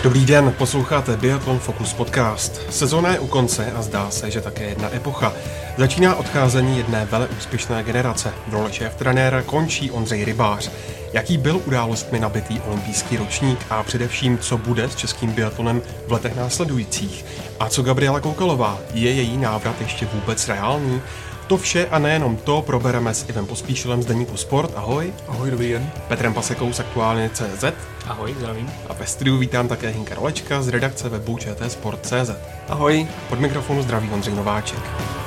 Dobrý den, posloucháte Biathlon Focus podcast. Sezóna je u konce a zdá se, že také jedna epocha. Začíná odcházení jedné veleúspěšné generace. V roli šéftrenéra končí Ondřej Rybář. Jaký byl událostmi nabitý olympijský ročník a především, co bude s českým biatlonem v letech následujících? A co Gabriela Koukalová? Je její návrat ještě vůbec reálný? To vše a nejenom to probereme s Ivem Pospíšilem z deníku Sport. Ahoj. Ahoj, dobrý den. Petrem Pasekou z Aktuálně.cz. Ahoj, zdravím. A ve studiu vítám také Hinka Rolečka z redakce webu čtsport.cz. Ahoj. Pod mikrofonu zdraví Ondřej Nováček.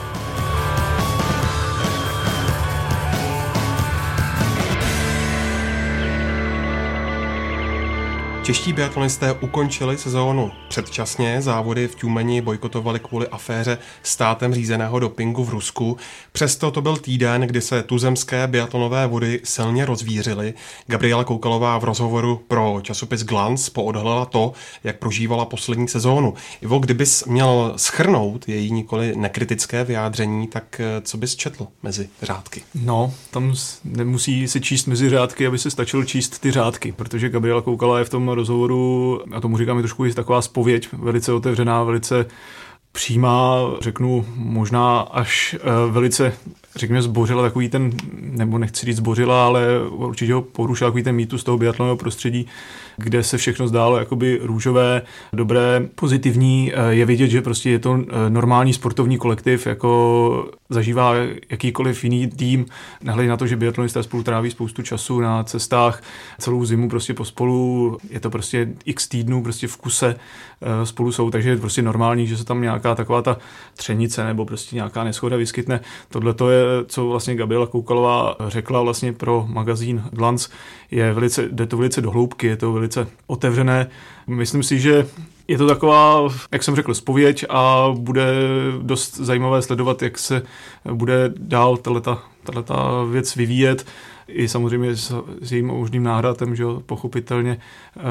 Čeští biatlonisté ukončili sezónu předčasně, závody v Tjumeni bojkotovali kvůli aféře státem řízeného dopingu v Rusku. Přesto to byl týden, kdy se tuzemské biatlonové vody silně rozvířily. Gabriela Koukalová v rozhovoru pro časopis Glanz poodhalila to, jak prožívala poslední sezónu. Ivo, kdybys měl shrnout její nikoli nekritické vyjádření, tak co bys četl mezi řádky? No, tam nemusí se číst mezi řádky, aby se stačilo číst ty řádky, protože Gabriela Koukalová je v tom rozhovoru, a tomu říkám, je trošku i taková zpověď, velice otevřená, velice přímá, řeknu možná až velice, řekněme, zbořila takový ten, nebo nechci říct zbořila, ale určitě ho porušila takový ten mýtus toho biatlonového prostředí, kde se všechno zdálo jakoby růžové, dobré, pozitivní. Je vidět, že prostě je to normální sportovní kolektiv, jako zažívá jakýkoliv jiný tým, nehledě na to, že biatlonisté spolu tráví spoustu času na cestách, celou zimu prostě pospolu, je to prostě x týdnů prostě v kuse spolu jsou, takže je prostě normální, že se tam nějaká taková ta třenice nebo prostě nějaká neshoda vyskytne. Tohle to je, co vlastně Gabriela Koukalová řekla vlastně pro magazín Glanz, jde to velice do hloubky, je to velice otevřené. Myslím si, že je to taková, jak jsem řekl, zpověď a bude dost zajímavé sledovat, jak se bude dál tato věc vyvíjet. I samozřejmě s jejím možným návratem, že pochopitelně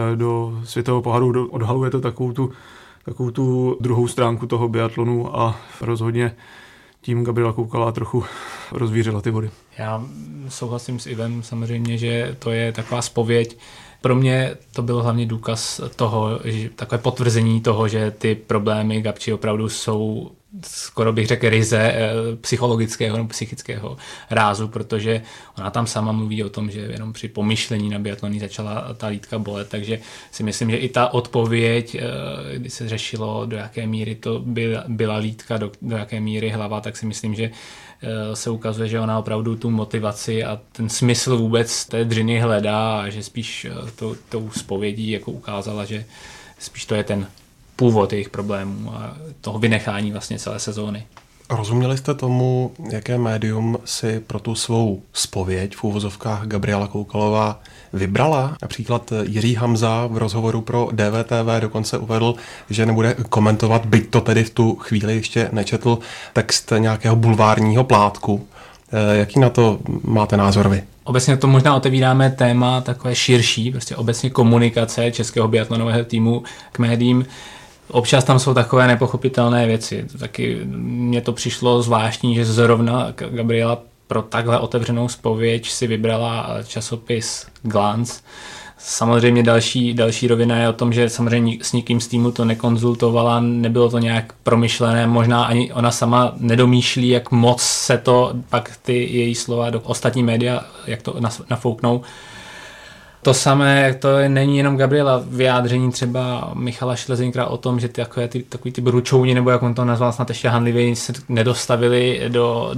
do světového poháru odhaluje to takovou tu druhou stránku toho biatlonu a rozhodně tím Gabriela Koukalová trochu rozvířila ty vody. Já souhlasím s Ivem samozřejmě, že to je taková zpověď. Pro mě to byl hlavně důkaz toho, že takové potvrzení toho, že ty problémy Gabči opravdu jsou, skoro bych řekl, ryze psychologického nebo psychického rázu, protože ona tam sama mluví o tom, že jenom při pomyšlení na biatloní začala ta lítka bolet, takže si myslím, že i ta odpověď, kdy se řešilo, do jaké míry to byla lítka, do jaké míry hlava, tak si myslím, že se ukazuje, že ona opravdu tu motivaci a ten smysl vůbec té dřiny hledá a že spíš tou zpovědí jako ukázala, že spíš to je ten původ jejich problémů a toho vynechání vlastně celé sezóny. Rozuměli jste tomu, jaké médium si pro tu svou zpověď v úvozovkách Gabriela Koukalová vybrala? Například Jiří Hamza v rozhovoru pro DVTV dokonce uvedl, že nebude komentovat, byť to tedy v tu chvíli ještě nečetl, text nějakého bulvárního plátku. Jaký na to máte názor vy? Obecně to možná otevíráme téma takové širší, prostě obecně komunikace českého biatlonového týmu k médiím. Občas tam jsou takové nepochopitelné věci. Taky mně to přišlo zvláštní, že zrovna Gabriela pro takhle otevřenou zpověď si vybrala časopis Glanz. Samozřejmě další rovina je o tom, že samozřejmě s nikým z týmu to nekonzultovala, nebylo to nějak promyšlené, možná ani ona sama nedomýšlí, jak moc se to pak ty její slova do ostatní média, jak to nafouknou. To samé, to není jenom Gabriela, vyjádření třeba Michala Šlezinkra o tom, že takový ty bručouni, nebo jak on to nazval snad ještě hanlivě, se nedostavili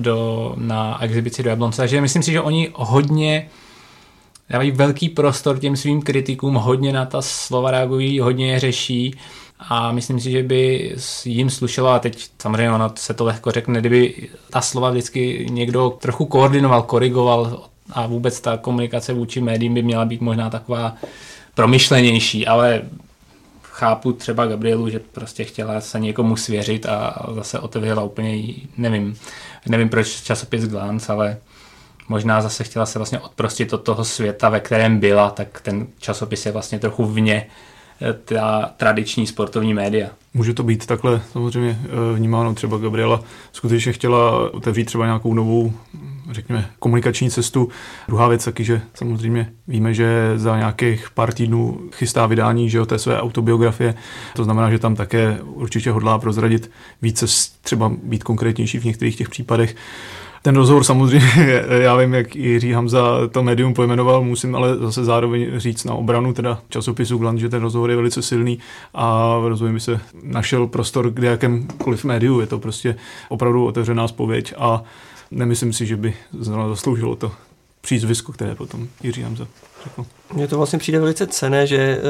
na exibici do Jablonce. Takže myslím si, že oni hodně dávají velký prostor těm svým kritikům, hodně na ta slova reagují, hodně je řeší a myslím si, že by jim slušelo, a teď samozřejmě ono se to lehko řekne, kdyby ta slova vždycky někdo trochu koordinoval, korigoval a vůbec ta komunikace vůči médiím by měla být možná taková promyšlenější, ale chápu třeba Gabrielu, že prostě chtěla se někomu svěřit a zase otevřela úplně nevím proč časopis Glanz, ale možná zase chtěla se vlastně odprostit od toho světa, ve kterém byla, tak ten časopis je vlastně trochu vně ta tradiční sportovní média. Může to být takhle samozřejmě vnímáno, třeba Gabriela skutečně chtěla otevřít třeba nějakou novou, řekněme, komunikační cestu. Druhá věc taky, že samozřejmě víme, že za nějakých pár týdnů chystá vydání, že té své autobiografie. To znamená, že tam také určitě hodlá prozradit více, třeba být konkrétnější v některých těch případech. Ten rozhovor samozřejmě, já vím, jak Jiří Hamza to médium pojmenoval, musím ale zase zároveň říct na obranu teda časopisu Glant, že ten rozhovor je velice silný a rozumím, by se našel prostor k jakémkoliv médiu. Je to prostě opravdu otevřená zpověď a nemyslím si, že by zasloužilo to přízvisko, které potom Jiří Hamza řekl. Mně to vlastně přijde velice cenné,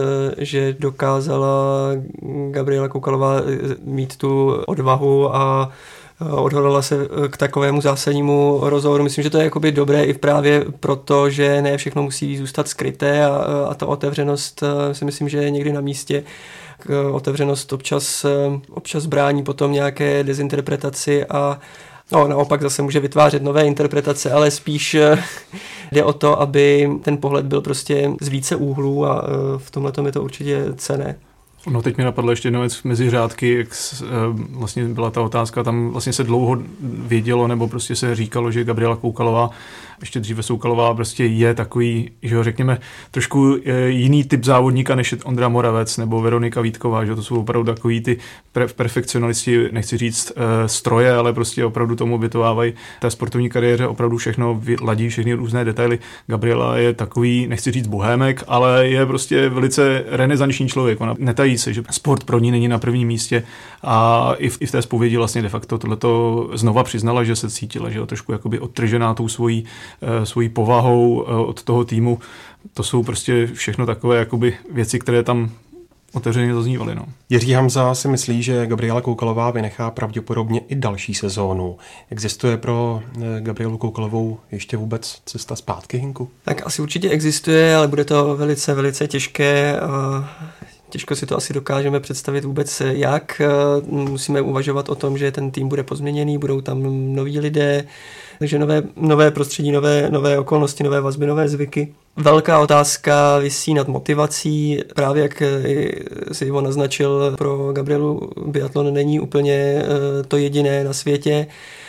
že dokázala Gabriela Koukalová mít tu odvahu a odhodlala se k takovému zásadnímu rozhovoru. Myslím, že to je jakoby dobré i právě proto, že ne všechno musí zůstat skryté a ta otevřenost si myslím, že je někdy na místě. Otevřenost občas brání potom nějaké dezinterpretaci a naopak zase může vytvářet nové interpretace, ale spíš jde o to, aby ten pohled byl prostě z více úhlů a v tomhletom je to určitě cenné. No teď mi napadla ještě jedna věc mezi řádky, jak vlastně byla ta otázka, tam vlastně se dlouho vědělo, nebo prostě se říkalo, že Gabriela Koukalová, ještě dříve Soukalová, prostě je takový, že ho řekněme, trošku jiný typ závodníka, než je Ondra Moravec nebo Veronika Vítková, že to jsou opravdu takový ty perfekcionisti, nechci říct stroje, ale prostě opravdu tomu obětovávají té sportovní kariéře, opravdu všechno ladí, všechny různé detaily. Gabriela je takový, nechci říct bohémek, ale je prostě velice renesanční člověk. Ona netají se, že sport pro ní není na prvním místě a i v té zpovědi vlastně de facto tohleto znova přiznala, že se cítila, že je trošku jakoby odtržená tou svojí povahou od toho týmu. To jsou prostě všechno takové jakoby věci, které tam otevřeně zaznívaly. No. Jiří Hamza si myslí, že Gabriela Koukalová vynechá pravděpodobně i další sezónu. Existuje pro Gabrielu Koukalovou ještě vůbec cesta zpátky, Hinku? Tak asi určitě existuje, ale bude to velice, velice těžké. Těžko si to asi dokážeme představit vůbec jak. Musíme uvažovat o tom, že ten tým bude pozměněný, budou tam noví lidé, takže nové prostředí, nové okolnosti, nové vazby, nové zvyky. Velká otázka visí nad motivací. Právě jak si Ivo naznačil, pro Gabrielu biatlon není úplně to jediné na světě.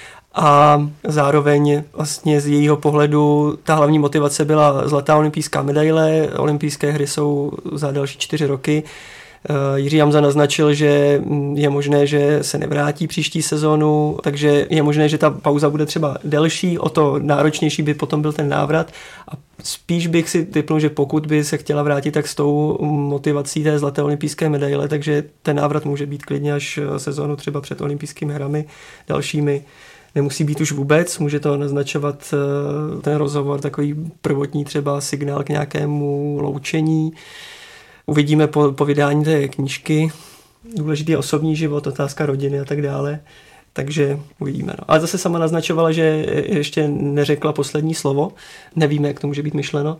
A zároveň vlastně z jejího pohledu ta hlavní motivace byla zlatá olympijská medaile. Olympijské hry jsou za další 4 roky. Jiří Hamza naznačil, že je možné, že se nevrátí příští sezónu, takže je možné, že ta pauza bude třeba delší, o to náročnější by potom byl ten návrat. A spíš bych si tipnul, že pokud by se chtěla vrátit, tak s tou motivací té zlaté olympijské medaile, takže ten návrat může být klidně až sezónu třeba před olympijskými hrami dalšími. Nemusí být už vůbec, může to naznačovat ten rozhovor, takový prvotní třeba signál k nějakému loučení. Uvidíme po vydání té knížky. Důležitý je osobní život, otázka rodiny a tak dále. Takže uvidíme. No. Ale zase sama naznačovala, že ještě neřekla poslední slovo. Nevíme, jak to může být myšleno.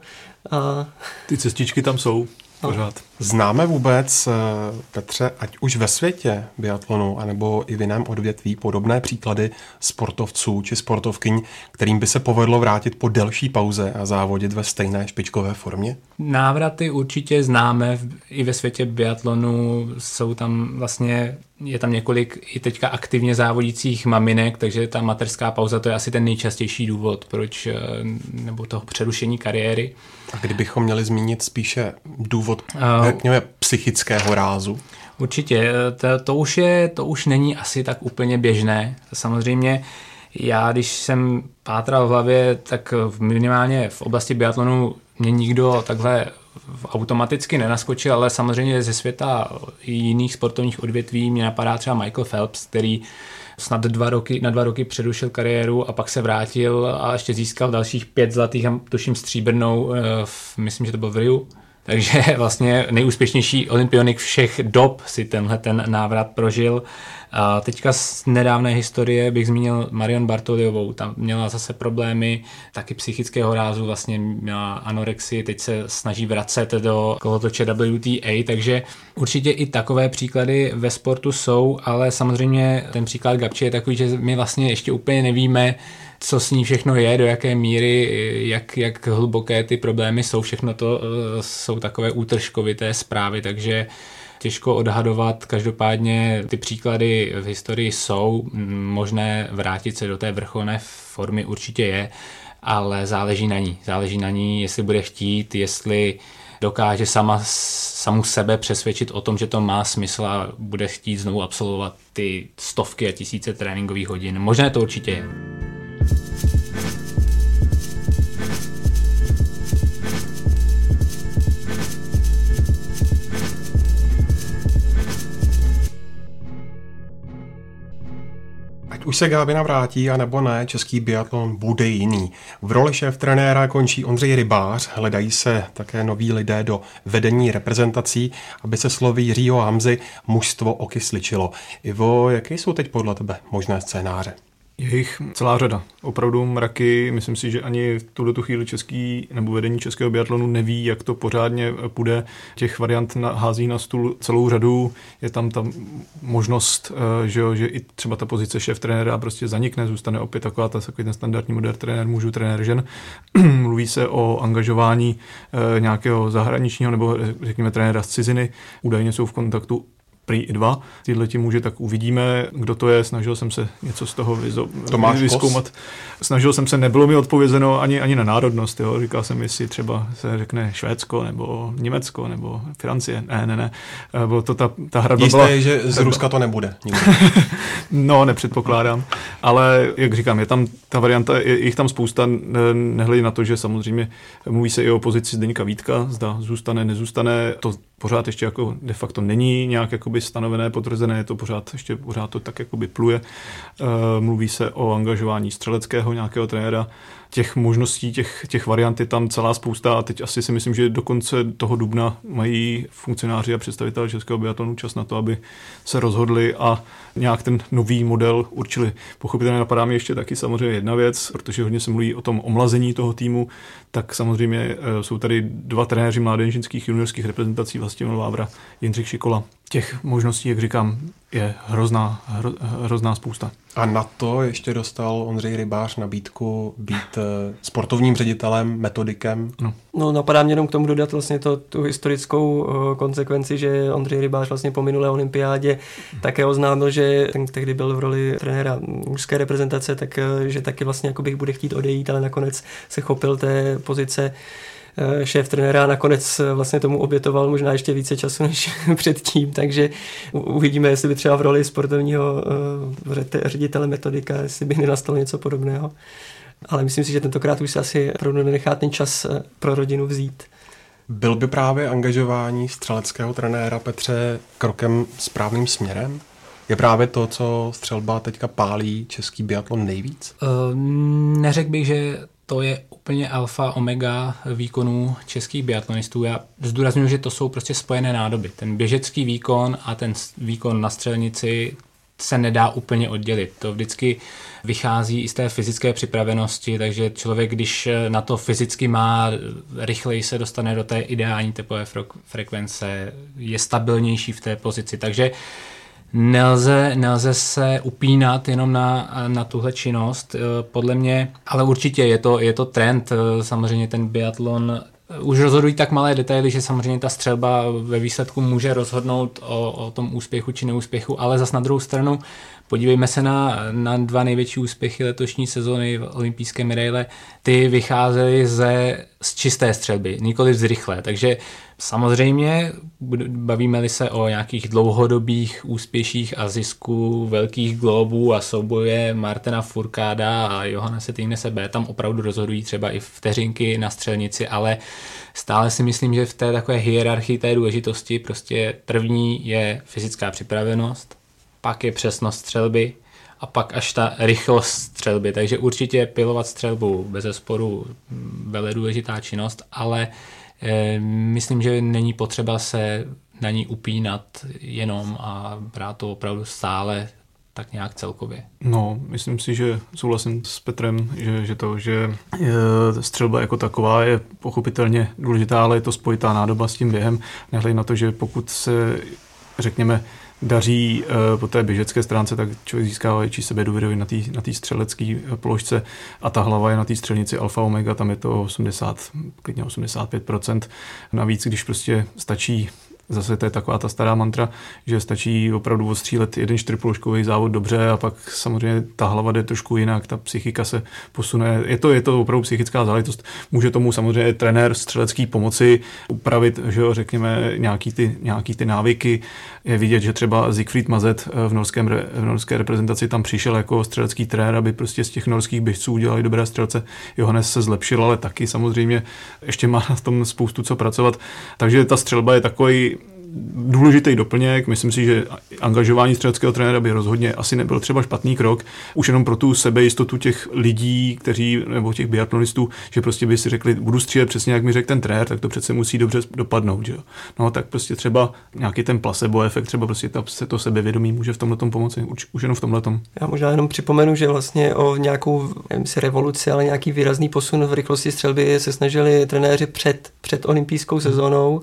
Ty cestičky tam jsou. Pořád. Známe vůbec, Petře, ať už ve světě biatlonu, anebo i v jiném odvětví podobné příklady sportovců či sportovkyň, kterým by se povedlo vrátit po delší pauze a závodit ve stejné špičkové formě? Návraty určitě známe i ve světě biatlonu, jsou tam vlastně, je tam několik i teďka aktivně závodících maminek, takže ta mateřská pauza to je asi ten nejčastější důvod, proč, nebo toho přerušení kariéry. A kdybychom měli zmínit spíše důvod psychického rázu? Určitě, to už není asi tak úplně běžné. Samozřejmě já, když jsem pátral v hlavě, tak minimálně v oblasti biatlonu mě nikdo takhle automaticky nenaskočil, ale samozřejmě ze světa jiných sportovních odvětví mě napadá třeba Michael Phelps, který snad na 2 roky přerušil kariéru a pak se vrátil a ještě získal dalších 5 zlatých a tuším stříbrnou, myslím, že to byl v Riu. Takže vlastně nejúspěšnější olympionik všech dob si ten návrat prožil. A teďka z nedávné historie bych zmínil Marion Bartoliovou, tam měla zase problémy, taky psychického rázu, vlastně měla anorexii, teď se snaží vracet do kolotoče WTA, takže určitě i takové příklady ve sportu jsou, ale samozřejmě ten příklad Gabči je takový, že my vlastně ještě úplně nevíme, co s ní všechno je, do jaké míry, jak hluboké ty problémy jsou, všechno to jsou takové útržkovité zprávy, takže těžko odhadovat, každopádně ty příklady v historii jsou, možné vrátit se do té vrcholné formy určitě je, ale záleží na ní, jestli bude chtít, jestli dokáže samu sebe přesvědčit o tom, že to má smysl a bude chtít znovu absolvovat ty stovky a tisíce tréninkových hodin. Možné to určitě je. Ať už se Gábina vrátí, anebo ne, český biatlon bude jiný. V roli šéftrenéra končí Ondřej Rybář, hledají se také noví lidé do vedení reprezentací, aby se slovy Jiřího Hamzy mužstvo okysličilo. Ivo, jaké jsou teď podle tebe možné scénáře? Je jich celá řada. Opravdu mraky, myslím si, že ani v tuto chvíli český nebo vedení českého biatlonu neví, jak to pořádně půjde. Těch variant hází na stůl celou řadu. Je tam ta možnost, že i třeba ta pozice šéftrenéra prostě zanikne, zůstane opět takový ten standardní model trenér mužů, trenér žen. Mluví se o angažování nějakého zahraničního nebo řekněme trenéra z ciziny. Údajně jsou v kontaktu prý i dva. Tyhleti muži, tak uvidíme, kdo to je. Snažil jsem se něco z toho vyzkoumat. Snažil jsem se, nebylo mi odpovězeno ani na národnost. Jo. Říkal jsem, jestli třeba se řekne Švédsko, nebo Německo, nebo Francie. Ne. Bylo to ta hradba. Jisté je, že z Ruska to nebude. No, nepředpokládám. Ale, jak říkám, je tam ta varianta, je jich tam spousta, nehledě na to, že samozřejmě mluví se i o pozici Zdeňka Vítka, zda zůstane, nezůstane. To pořád ještě jako de facto není nějak jakoby stanovené, potvrzené, je to pořád to tak jakoby pluje. Mluví se o angažování střeleckého nějakého trenéra. Těch možností, těch variant je tam celá spousta a teď asi si myslím, že do konce toho dubna mají funkcionáři a představitelé českého biatlonu čas na to, aby se rozhodli a nějak ten nový model určili. Pochopitelně napadá mi ještě taky samozřejmě jedna věc, protože hodně se mluví o tom omlazení toho týmu, tak samozřejmě jsou tady dva trenéři mládežnických juniorských reprezentací, Vlastimil Vávra, Jindřich Šikola. Těch možností, jak říkám, je hrozná spousta. A na to ještě dostal Ondřej Rybář nabídku být sportovním ředitelem, metodikem. No, napadá mě jenom k tomu dodat vlastně tu historickou konsekvenci, že Ondřej Rybář vlastně po minulé olympiádě také oznámil, že ten tehdy byl v roli trenéra mužské reprezentace, tak že taky vlastně jakoby bude chtít odejít, ale nakonec se chopil té pozice šéf trenéra nakonec vlastně tomu obětoval možná ještě více času než předtím, takže uvidíme, jestli by třeba v roli sportovního ředitele metodika, jestli by nenastalo něco podobného. Ale myslím si, že tentokrát už se asi opravdu nenechá ten čas pro rodinu vzít. Byl by právě angažování střeleckého trenéra, Petře, krokem správným směrem? Je právě to, co střelba teďka pálí český biatlon nejvíc? Neřekl bych, že to je úplně alfa omega výkonů českých biatlonistů. Já zdůrazňuji, že to jsou prostě spojené nádoby. Ten běžecký výkon a ten výkon na střelnici se nedá úplně oddělit. To vždycky vychází i z té fyzické připravenosti, takže člověk, když na to fyzicky má, rychleji se dostane do té ideální tepové frekvence, je stabilnější v té pozici, takže nelze se upínat jenom na tuhle činnost, podle mě, ale určitě je to trend, samozřejmě ten biatlon už rozhodují tak malé detaily, že samozřejmě ta střelba ve výsledku může rozhodnout o tom úspěchu či neúspěchu, ale zas na druhou stranu podívejme se na dva největší úspěchy letošní sezóny v olympijské medaile. Ty vycházely z čisté střelby, nikoli z rychlé. Takže samozřejmě bavíme-li se o nějakých dlouhodobých úspěších a zisku velkých globů a souboje Martina Fourcada a Johannese Tingnese B, tam opravdu rozhodují třeba i vteřinky na střelnici, ale stále si myslím, že v té takové hierarchii té důležitosti prostě první je fyzická připravenost, pak je přesnost střelby a pak až ta rychlost střelby. Takže určitě pilovat střelbu bezesporu velmi důležitá činnost, ale myslím, že není potřeba se na ní upínat jenom a brát to opravdu stále tak nějak celkově? No, myslím si, že souhlasím s Petrem, že střelba jako taková je pochopitelně důležitá, ale je to spojitá nádoba s tím během. Nehledě na to, že pokud se, řekněme, daří po té běžecké stránce, tak člověk získává větší sebedůvěru na té střelecké položce a ta hlava je na té střelnici alfa omega, tam je to 85%. Navíc, když prostě stačí, zase to je taková ta stará mantra, že stačí opravdu odstřílet jeden čtyřpoložkový závod dobře a pak samozřejmě ta hlava jde trošku jinak, ta psychika se posune. Je to opravdu psychická záležitost. Může tomu samozřejmě trenér střelecký pomoci upravit, že jo, řekněme, nějaký ty návyky. Je vidět, že třeba Siegfried Mazet v norské reprezentaci tam přišel jako střelecký trenér, aby prostě z těch norských běžců udělali dobré střelce. Johannes se zlepšil, ale taky samozřejmě ještě má na tom spoustu co pracovat. Takže ta střelba je takový důležitý doplněk. Myslím si, že angažování střeleckého trenéra by rozhodně asi nebyl třeba špatný krok. Už jenom pro tu sebejistotu těch lidí, nebo těch biatlonistů, že prostě by si řekli, budu střílet přesně, jak mi řekl ten trenér, tak to přece musí dobře dopadnout. Že jo? No tak prostě třeba nějaký ten placebo efekt, třeba prostě to sebevědomí může v tomhletom pomoci. Už jenom v tomhletom. Já možná jenom připomenu, že vlastně o nějakou, nevím si revoluci, ale nějaký výrazný posun v rychlosti střelby se snažili trenéři před olympijskou sezónou.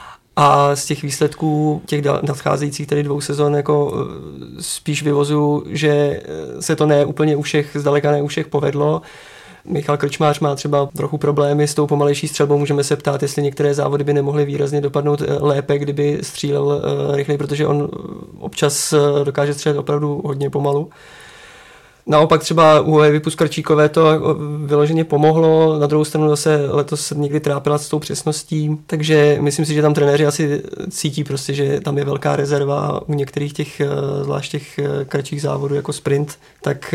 A z těch výsledků těch nadcházejících tedy 2 sezon jako spíš vyvozu, že se to zdaleka ne u všech povedlo. Michal Krčmář má třeba trochu problémy s tou pomalejší střelbou. Můžeme se ptát, jestli některé závody by nemohly výrazně dopadnout lépe, kdyby střílel rychleji, protože on občas dokáže střílet opravdu hodně pomalu. Naopak třeba u Evy Puskarčíkové to vyloženě pomohlo, na druhou stranu zase letos se někdy trápila s tou přesností, takže myslím si, že tam trenéři asi cítí prostě, že tam je velká rezerva u některých těch, zvlášť těch kratších závodů jako sprint, tak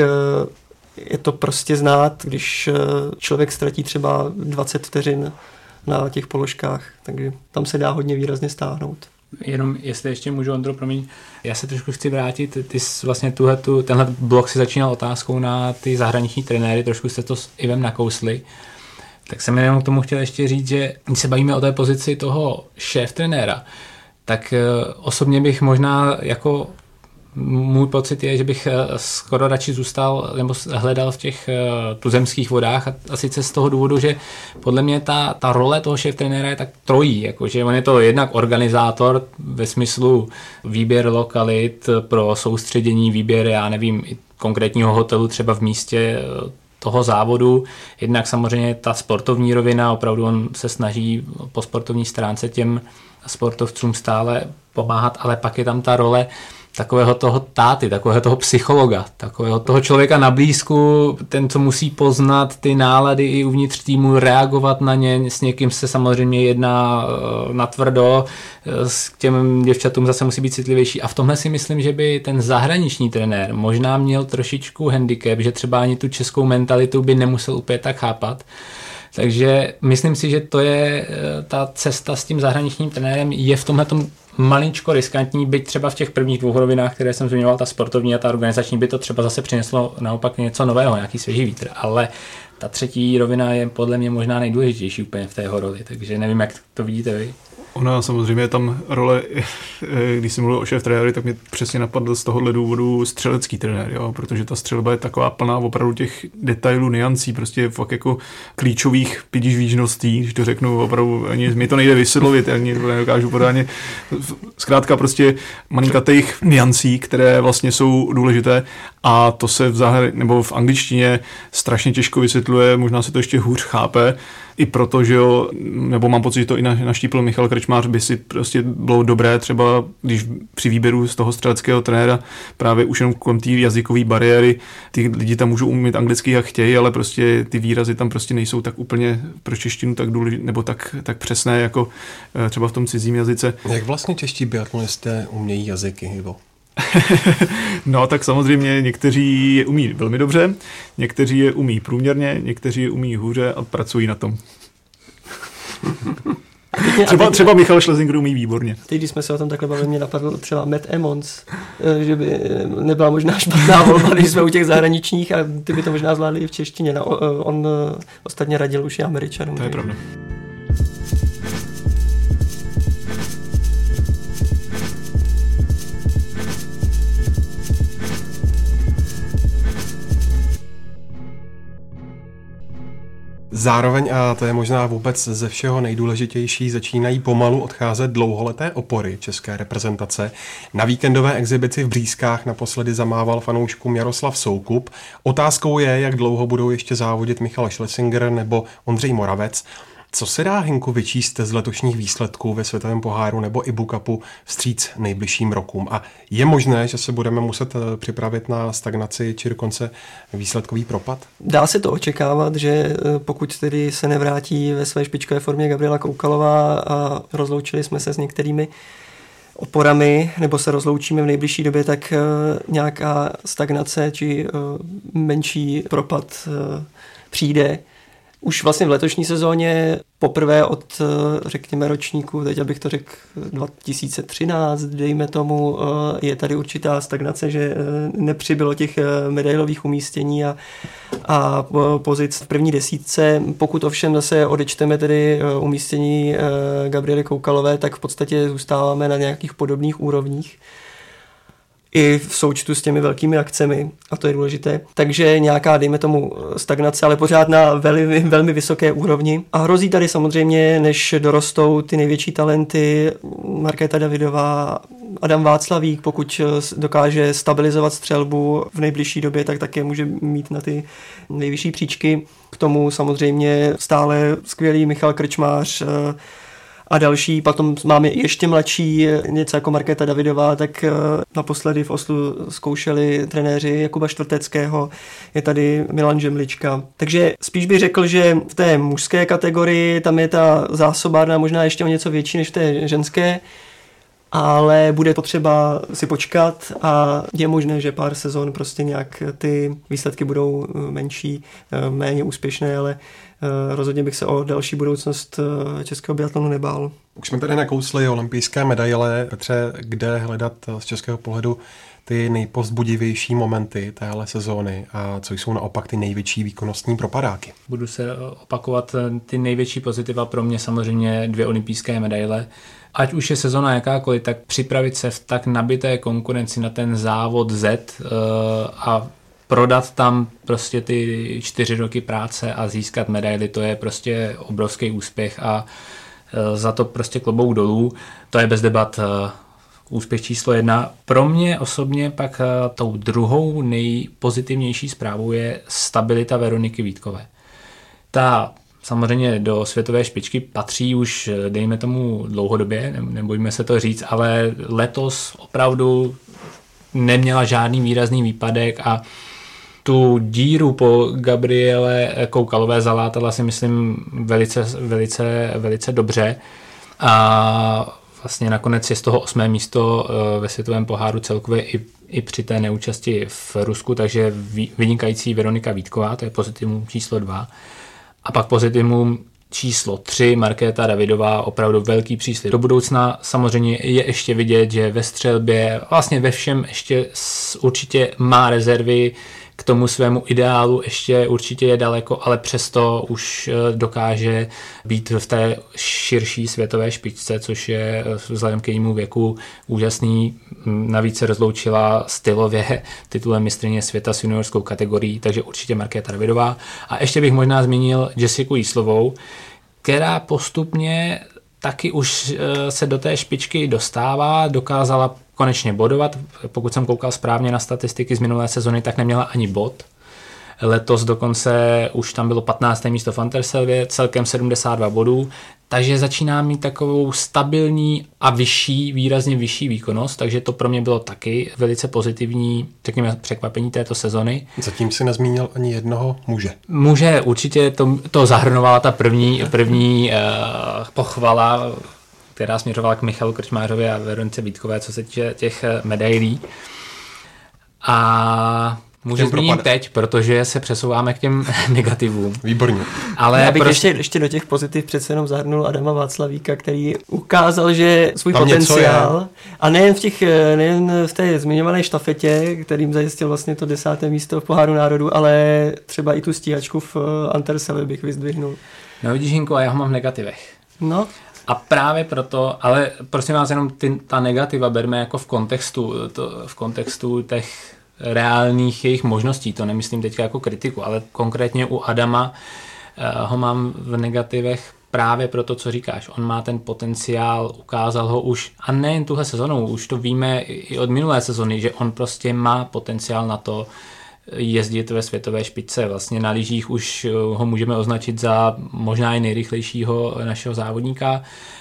je to prostě znát, když člověk ztratí třeba 20 vteřin na těch položkách, takže tam se dá hodně výrazně stáhnout. Jenom jestli ještě můžu, Ondro, promiň, já se trošku chci vrátit, ty jsi vlastně tenhle blok si začínal otázkou na ty zahraniční trenéry, trošku jste to s Ivem nakousli, tak jsem jenom k tomu chtěl ještě říct, že když se bavíme o té pozici toho šéf trenéra, tak osobně bych možná jako můj pocit je, že bych skoro radši zůstal nebo hledal v těch tuzemských vodách a sice z toho důvodu, že podle mě ta role toho šéftrenéra je tak trojí, jakože on je to jednak organizátor ve smyslu výběr lokalit pro soustředění, výběr, já nevím, konkrétního hotelu třeba v místě toho závodu, jednak samozřejmě ta sportovní rovina, opravdu on se snaží po sportovní stránce těm sportovcům stále pomáhat, ale pak je tam ta role takového toho táty, takového toho psychologa, takového toho člověka na blízku, ten, co musí poznat ty nálady i uvnitř týmu, reagovat na ně, s někým se samozřejmě jedná natvrdo, s těm děvčatům zase musí být citlivější a v tomhle si myslím, že by ten zahraniční trenér možná měl trošičku handicap, že třeba ani tu českou mentalitu by nemusel úplně tak chápat. Takže myslím si, že to je ta cesta s tím zahraničním trenérem je v tomhletom malinčko riskantní, byť třeba v těch prvních 2 rovinách, které jsem zmiňoval, ta sportovní a ta organizační, by to třeba zase přineslo naopak něco nového, nějaký svěží vítr, ale ta třetí rovina je podle mě možná nejdůležitější úplně v té jeho roli, takže nevím, jak to vidíte vy. Ona samozřejmě tam role, když jsem mluvil o šéf trenéry, tak mě přesně napadl z tohohle důvodu střelecký trenér, jo? Protože ta střelba je taková plná opravdu těch detailů, niancí, prostě fakt jako klíčových pidižvížností, když to řeknu opravdu, ani mi to nejde vysvětlovit, ani to nedokážu podáně. Zkrátka prostě malinkatých niancí, které vlastně jsou důležité a to se nebo v angličtině strašně těžko vysvětluje, možná se to ještě hůř chápe, i proto, že jo, nebo mám pocit, že to i naštípil Michal Krčmář, by si prostě bylo dobré třeba, když při výběru z toho střeleckého trenéra právě už jenom kolem té jazykové bariéry, ty lidi tam můžou umět anglicky jak chtějí, ale prostě ty výrazy tam prostě nejsou tak úplně pro češtinu tak důležité, nebo tak přesné, jako třeba v tom cizím jazyce. Jak vlastně čeští biatlonisté umějí jazyky, Ivo? No tak samozřejmě někteří je umí velmi dobře, někteří je umí průměrně, někteří je umí hůře a pracují na tom. Třeba Michal Schlesinger umí výborně. Teď, když jsme se o tom takhle bavili, mě napadl třeba Matt Emmons, že by nebyla možná špatná volba, když jsme u těch zahraničních a ty by to možná zvládli i v češtině. No, on ostatně radil už i Američanům. To je pravda. Zároveň, a to je možná vůbec ze všeho nejdůležitější, začínají pomalu odcházet dlouholeté opory české reprezentace. Na víkendové exibici v Břízkách naposledy zamával fanouškům Jaroslav Soukup. Otázkou je, jak dlouho budou ještě závodit Michal Schlesinger nebo Ondřej Moravec. Co se dá, Hinku, vyčíst z letošních výsledků ve Světovém poháru nebo IBU Cupu vstříc nejbližším rokům? A je možné, že se budeme muset připravit na stagnaci či dokonce výsledkový propad? Dá se to očekávat, že pokud tedy se nevrátí ve své špičkové formě Gabriela Koukalová a rozloučili jsme se s některými oporami, nebo se rozloučíme v nejbližší době, tak nějaká stagnace či menší propad přijde. Už vlastně v letošní sezóně poprvé od, řekněme, ročníku, teď abych to řekl 2013, dejme tomu, je tady určitá stagnace, že nepřibylo těch medailových umístění a pozic v první desítce. Pokud ovšem zase odečteme tedy umístění Gabriely Koukalové, tak v podstatě zůstáváme na nějakých podobných úrovních i v součtu s těmi velkými akcemi, a to je důležité. Takže nějaká, dejme tomu, stagnace, ale pořád na velmi, velmi vysoké úrovni. A hrozí tady samozřejmě, než dorostou ty největší talenty, Markéta Davidová, Adam Václavík, pokud dokáže stabilizovat střelbu v nejbližší době, tak také může mít na ty nejvyšší příčky. K tomu samozřejmě stále skvělý Michal Krčmář, a další, potom máme ještě mladší, něco jako Markéta Davidová, tak naposledy v Oslu zkoušeli trenéři Jakuba Čtvrteckého, je tady Milan Žemlička. Takže spíš bych řekl, že v té mužské kategorii tam je ta zásobárna možná ještě o něco větší než v té ženské, ale bude potřeba si počkat a je možné, že pár sezon prostě nějak ty výsledky budou menší, méně úspěšné, ale rozhodně bych se o další budoucnost českého biatlonu nebál. Už jsme tady nakousli olympijské medaile. Petře, kde hledat z českého pohledu ty nejpovzbudivější momenty téhle sezóny a co jsou naopak ty největší výkonnostní propadáky? Budu se opakovat, ty největší pozitiva pro mě samozřejmě 2 olympijské medaile. Ať už je sezona jakákoliv, tak připravit se v tak nabité konkurenci na ten závod Z a prodat tam prostě ty 4 roky práce a získat medaily, to je prostě obrovský úspěch a za to prostě klobouk dolů. To je bez debat úspěch číslo 1. Pro mě osobně pak tou druhou nejpozitivnější zprávou je stabilita Veroniky Vítkové. Ta samozřejmě do světové špičky patří už, dejme tomu, dlouhodobě, nebojíme se to říct, ale letos opravdu neměla žádný výrazný výpadek a tu díru po Gabriele Koukalové zalátala si myslím velice dobře a vlastně nakonec je z toho 8. místo ve světovém poháru celkově i při té neúčasti v Rusku, takže vynikající Veronika Vítková, to je pozitivum číslo 2. A pak pozitivum číslo 3, Markéta Davidová, opravdu velký příslib. Do budoucna samozřejmě je ještě vidět, že ve střelbě, vlastně ve všem ještě určitě má rezervy, k tomu svému ideálu ještě určitě je daleko, ale přesto už dokáže být v té širší světové špičce, což je vzhledem k jejímu věku úžasný. Navíc se rozloučila stylově titulem mistryně světa s juniorskou kategorií, takže určitě Markéta Davidová. A ještě bych možná zmínil Jessiku Jíslovou, která postupně taky už se do té špičky dostává, dokázala konečně bodovat. Pokud jsem koukal správně na statistiky z minulé sezony, tak neměla ani bod. Letos dokonce už tam bylo 15. místo v Anterselvě, celkem 72 bodů, takže začíná mít takovou stabilní a výrazně vyšší výkonnost, takže to pro mě bylo taky velice pozitivní, řekněme, překvapení této sezony. Zatím si nezmínil ani jednoho muže. Muže určitě to zahrnovala ta první pochvala, která směřovala k Michalu Krčmářovi a Veronice Vítkové, co se týče těch medailí. A můžu zmínit teď, protože se přesouváme k těm negativům. Výborně. Ale já bych ještě do těch pozitiv přece jenom zahrnul Adama Václavíka, který ukázal, že svůj tam potenciál, a nejen v té zmiňované štafetě, kterým zajistil vlastně to 10. místo v Poháru národů, ale třeba i tu stíhačku v Anterselvě bych vyzdvihnul. No vidíš, Hinko, a já ho mám v negativech. No. A právě proto, ale prosím vás, jenom ta negativa berme jako v kontextu těch reálných jejich možností, to nemyslím teďka jako kritiku, ale konkrétně u Adama ho mám v negativech právě pro to, co říkáš. On má ten potenciál, ukázal ho už, a nejen tuhle sezonu, už to víme i od minulé sezony, že on prostě má potenciál na to jezdit ve světové špičce. Vlastně na lyžích už ho můžeme označit za možná i nejrychlejšího našeho závodníka,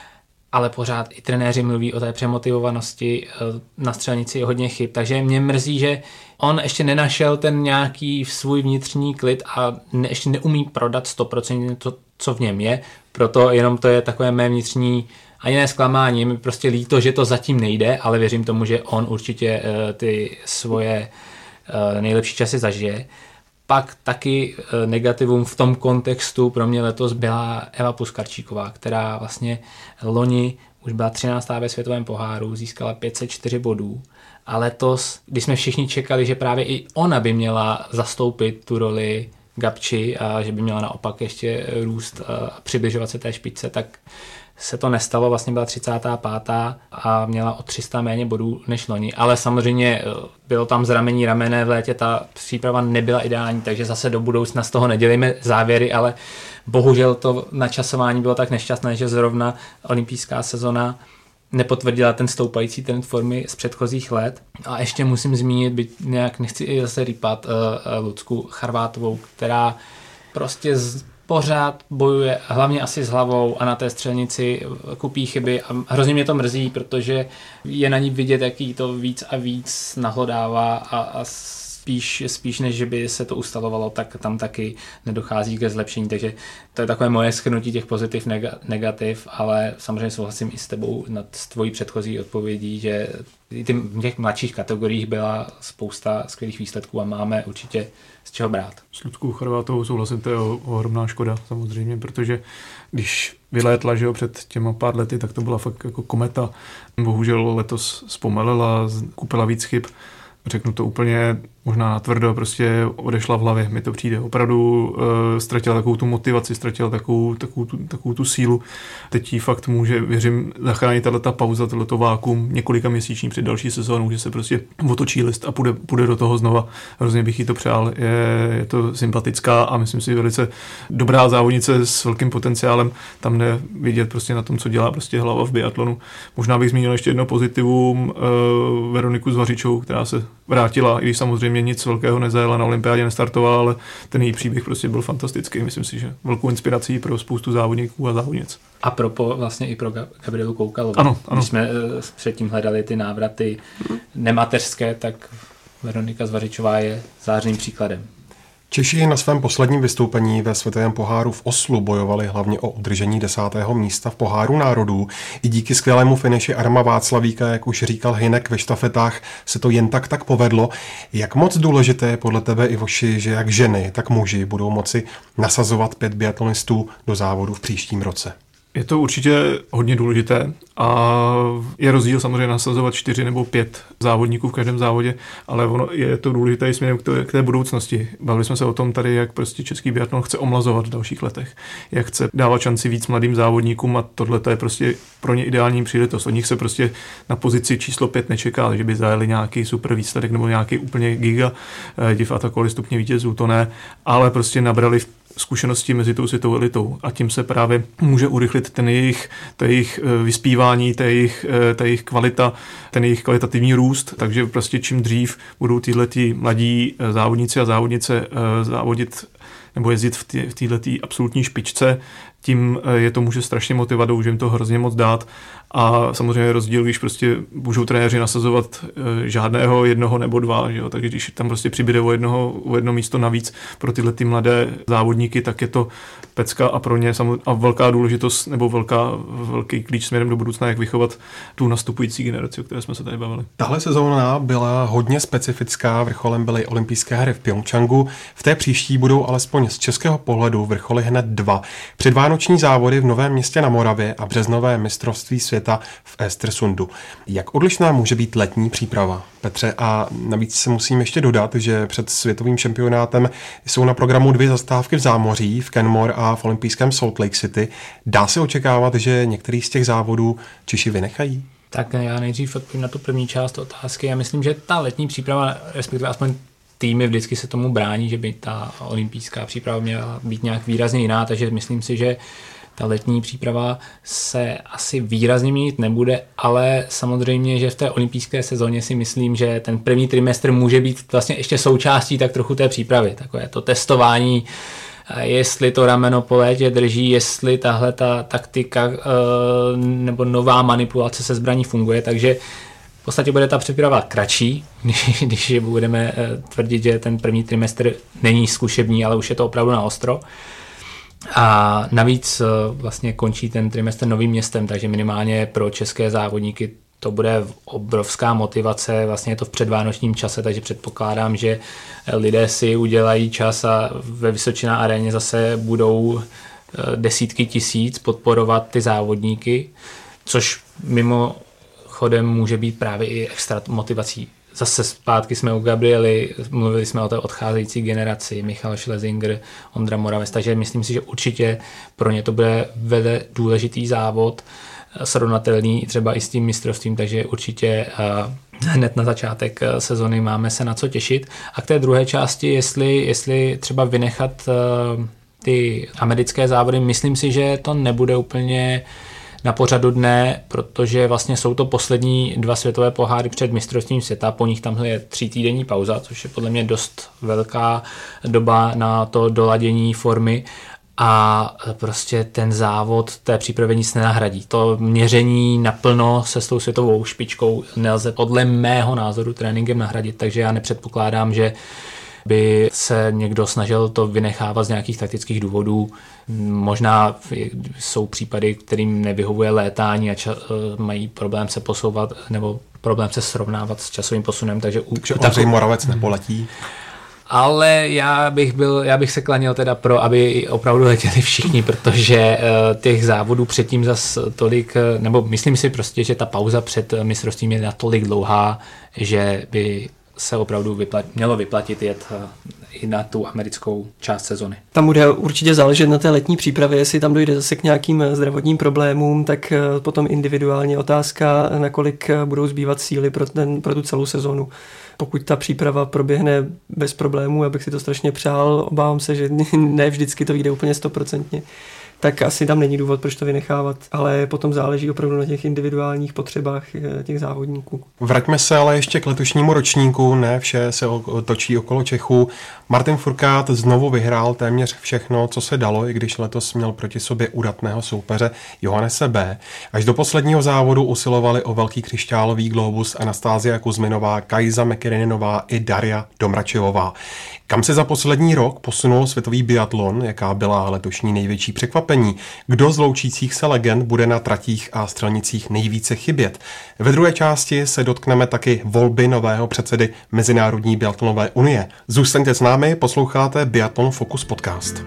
ale pořád i trenéři mluví o té přemotivovanosti, na střelnici je hodně chyb, takže mě mrzí, že on ještě nenašel ten nějaký svůj vnitřní klid a ještě neumí prodat 100% to, co v něm je, proto jenom to je takové mé vnitřní a jiné zklamání. Je mi prostě líto, že to zatím nejde, ale věřím tomu, že on určitě ty svoje nejlepší časy zažije. Pak taky negativum v tom kontextu pro mě letos byla Eva Puskarčíková, která vlastně loni už byla 13. ve světovém poháru, získala 504 bodů a letos, když jsme všichni čekali, že právě i ona by měla zastoupit tu roli Gabči a že by měla naopak ještě růst a přibližovat se té špičce, tak se to nestalo, vlastně byla 35. a měla o 300 méně bodů než loni, ale samozřejmě bylo tam zramení ramene v létě, ta příprava nebyla ideální, takže zase do budoucna z toho nedělíme závěry, ale bohužel to načasování bylo tak nešťastné, že zrovna olympijská sezona nepotvrdila ten stoupající trend formy z předchozích let. A ještě musím zmínit, byť nějak nechci i zase rýpat, Lucku Charvátovou, která prostě pořád bojuje hlavně asi s hlavou a na té střelnici kupí chyby a hrozně mě to mrzí, protože je na ní vidět, jaký to víc a víc nahlodává a spíš než že by se to ustalovalo, tak tam taky nedochází ke zlepšení, takže to je takové moje shrnutí těch pozitiv, negativ, ale samozřejmě souhlasím i s tebou nad tvojí předchozí odpovědí, že i v těch mladších kategoriích byla spousta skvělých výsledků a máme určitě z čeho brát. S Luckou Charvátovou souhlasím, to je ohromná škoda samozřejmě, protože když vylétla, že jo, před těma pár lety, tak to byla fakt jako kometa. Bohužel letos zpomalila, kupila víc chyb. Řeknu to úplně možná natvrdo, prostě odešla v hlavě, mi to přijde. Opravdu ztratila takovou tu motivaci, ztratila takovou tu sílu. Teď jí fakt může, věřím, zachránit tato pauza, tohleto vákuum několika měsíční před další sezónou, že se prostě otočí list a půjde do toho znova. Hrozně bych jí to přál. Je to sympatická a myslím si velice dobrá závodnice s velkým potenciálem. Tam jde vidět prostě na tom, co dělá prostě hlava v biatlonu. Možná bych zmínil ještě jedno pozitivum Veroniku Zvařičovou, která se vrátila, i když samozřejmě nic velkého nezajela, na olympiádě nestartovala, ale ten její příběh prostě byl fantastický. Myslím si, že velkou inspirací pro spoustu závodníků a závodnic. A vlastně i pro Gabrielu Koukalovou. Ano. Když jsme předtím hledali ty návraty nemateřské, tak Veronika Zvařičová je zářným příkladem. Češi na svém posledním vystoupení ve světovém poháru v Oslu bojovali hlavně o udržení 10. místa v poháru národů. I díky skvělému finiši Adama Václavíka, jak už říkal Hynek, ve štafetách se to jen tak povedlo. Jak moc důležité je podle tebe, Ivoši, že jak ženy, tak muži budou moci nasazovat 5 biatlonistů do závodu v příštím roce? Je to určitě hodně důležité a je rozdíl samozřejmě nasazovat 4 nebo 5 závodníků v každém závodě, ale je to důležité i směrem k té budoucnosti. Bavili jsme se o tom tady, jak prostě český biatlon chce omlazovat v dalších letech, jak chce dávat šanci víc mladým závodníkům a tohle je prostě pro ně ideální příležitost. Od nich se prostě na pozici číslo 5 nečeká, že by zajeli nějaký super výsledek nebo nějaký úplně giga div atakovali stupně vítězů, to ne, ale prostě nabrali zkušenosti mezi tou světovou elitou a tím se právě může urychlit ten jejich vyspívání, ta jejich kvalita, ten jejich kvalitativní růst, takže prostě čím dřív budou tyhleti mladí závodníci a závodnice závodit nebo jezdit v této absolutní špičce, tím je to může strašně motivovat, může jim to hrozně moc dát a samozřejmě rozdíl, když prostě můžou trenéři nasazovat žádného, jednoho nebo 2, že jo? Takže když tam prostě přibyde o jedno místo navíc pro tyhle ty mladé závodníky, tak je to pecka a pro ně a velká důležitost nebo velký klíč směrem do budoucna, jak vychovat tu nastupující generaci, o které jsme se tady bavili. Tahle sezóna byla hodně specifická, vrcholem byly olympijské hry v Pyeongchangu, v té příští budou alespoň z českého pohledu vrcholy hned 2. Předvánoční závody v Novém Městě na Moravě a březnové mistrovství světa v Östersundu. Jak odlišná může být letní příprava, Petře? A navíc se musím ještě dodat, že před světovým šampionátem jsou na programu 2 zastávky v zámoří, v Kenmore a v olympijském Salt Lake City. Dá se očekávat, že některý z těch závodů Češi vynechají? Tak já nejdřív odpovím na tu první část otázky. Já myslím, že ta letní příprava, respektive aspoň týmy vždycky se tomu brání, že by ta olympijská příprava měla být nějak výrazně jiná, takže myslím si, že ta letní příprava se asi výrazně měnit nebude, ale samozřejmě, že v té olympijské sezóně si myslím, že ten první trimestr může být vlastně ještě součástí tak trochu té přípravy. Takové to testování, jestli to rameno po létě drží, jestli tahle ta taktika nebo nová manipulace se zbraní funguje, takže v podstatě bude ta příprava kratší, když budeme tvrdit, že ten první trimestr není zkušební, ale už je to opravdu na ostro. A navíc vlastně končí ten trimestr Novým Městem, takže minimálně pro české závodníky to bude obrovská motivace, vlastně je to v předvánočním čase, takže předpokládám, že lidé si udělají čas a ve Vysočina aréně zase budou desítky tisíc podporovat ty závodníky, což mimochodem může být právě i extra motivací. Zase zpátky jsme u Gabriely, mluvili jsme o té odcházející generaci, Michal Schlesinger, Ondra Moravec, takže myslím si, že určitě pro ně to bude velice důležitý závod, srovnatelný třeba i s tím mistrovstvím, takže určitě hned na začátek sezony máme se na co těšit. A k té druhé části, jestli třeba vynechat ty americké závody, myslím si, že to nebude úplně na pořadu dne, protože vlastně jsou to poslední 2 světové poháry před mistrovstvím světa, po nich tam je 3týdenní pauza, což je podle mě dost velká doba na to doladění formy a prostě ten závod té přípravy nic nenahradí. To měření naplno se s tou světovou špičkou nelze podle mého názoru tréninkem nahradit, takže já nepředpokládám, že by se někdo snažil to vynechávat z nějakých taktických důvodů. Možná jsou případy, kterým nevyhovuje létání a mají problém se posouvat nebo problém se srovnávat s časovým posunem. Takže Ondřej Moravec nepoletí. Ale já bych se klanil teda aby opravdu letěli všichni, protože těch závodů předtím zas tolik, nebo myslím si prostě, že ta pauza před mistrovstvím je natolik dlouhá, že by se opravdu mělo vyplatit jet i na tu americkou část sezony. Tam bude určitě záležet na té letní přípravě, jestli tam dojde zase k nějakým zdravotním problémům, tak potom individuálně otázka, nakolik budou zbývat síly pro tu celou sezonu. Pokud ta příprava proběhne bez problémů, abych si to strašně přál, obávám se, že ne vždycky to vyjde úplně 100%, tak asi tam není důvod, proč to vynechávat, ale potom záleží opravdu na těch individuálních potřebách těch závodníků. Vraťme se ale ještě k letošnímu ročníku, ne vše se točí okolo Čechů. Martin Furkát znovu vyhrál téměř všechno, co se dalo, i když letos měl proti sobě udatného soupeře Johannese B. Až do posledního závodu usilovali o velký křišťálový globus Anastázia Kuzminová, Kajza Mekerinenová i Daria Domračevová. Kam se za poslední rok posunul světový biatlon, jaká byla letošní největší překvapení? Kdo z loučících se legend bude na tratích a střelnicích nejvíce chybět? Ve druhé části se dotkneme taky volby nového předsedy Mezinárodní biatlonové unie. Zůstaňte s námi, posloucháte Biathlon Focus podcast.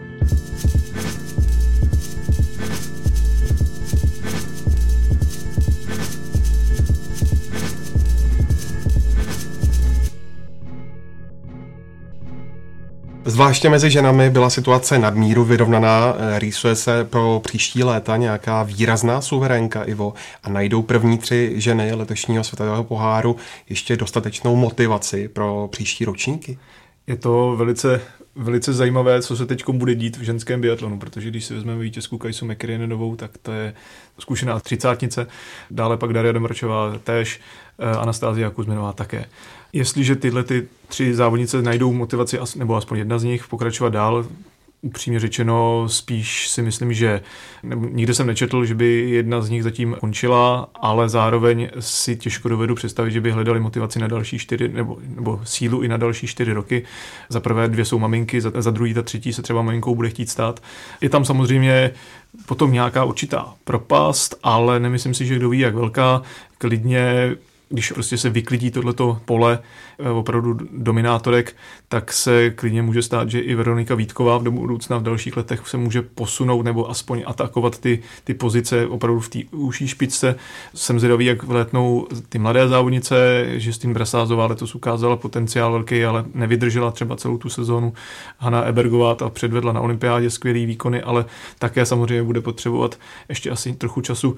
Zvláště mezi ženami byla situace nadmíru vyrovnaná. Rýsuje se pro příští léta nějaká výrazná suverénka, Ivo, a najdou první 3 ženy letošního světového poháru ještě dostatečnou motivaci pro příští ročníky? Je to velice zajímavé, co se teď bude dít v ženském biatlonu, protože když si vezmeme vítězku Kajsu Mekerinenovou, tak to je zkušená 30, dále pak Daria Domračová též, Anastázia Kuzminová také. Jestliže tyhle 3 závodnice najdou motivaci, nebo aspoň jedna z nich, pokračovat dál, upřímně řečeno, spíš si myslím, že nikde jsem nečetl, že by jedna z nich zatím končila, ale zároveň si těžko dovedu představit, že by hledali motivaci na další 4 nebo sílu i na další 4 roky. Za prvé 2 jsou maminky, za druhý ta třetí se třeba maminkou bude chtít stát. Je tam samozřejmě potom nějaká určitá propast, ale nemyslím si, že kdo ví, jak velká. Klidně, když prostě se vyklidí tohleto pole opravdu dominátorek, tak se klidně může stát, že i Veronika Vítková v budoucna v dalších letech se může posunout nebo aspoň atakovat ty pozice opravdu v té užší špičce. Jsem zvědavý, jak vlétnou ty mladé závodnice, že Justine Brasázová letos ukázala potenciál velký, ale nevydržela třeba celou tu sezónu. Hana Ebergová ta předvedla na olympiádě skvělý výkony, ale také samozřejmě bude potřebovat ještě asi trochu času.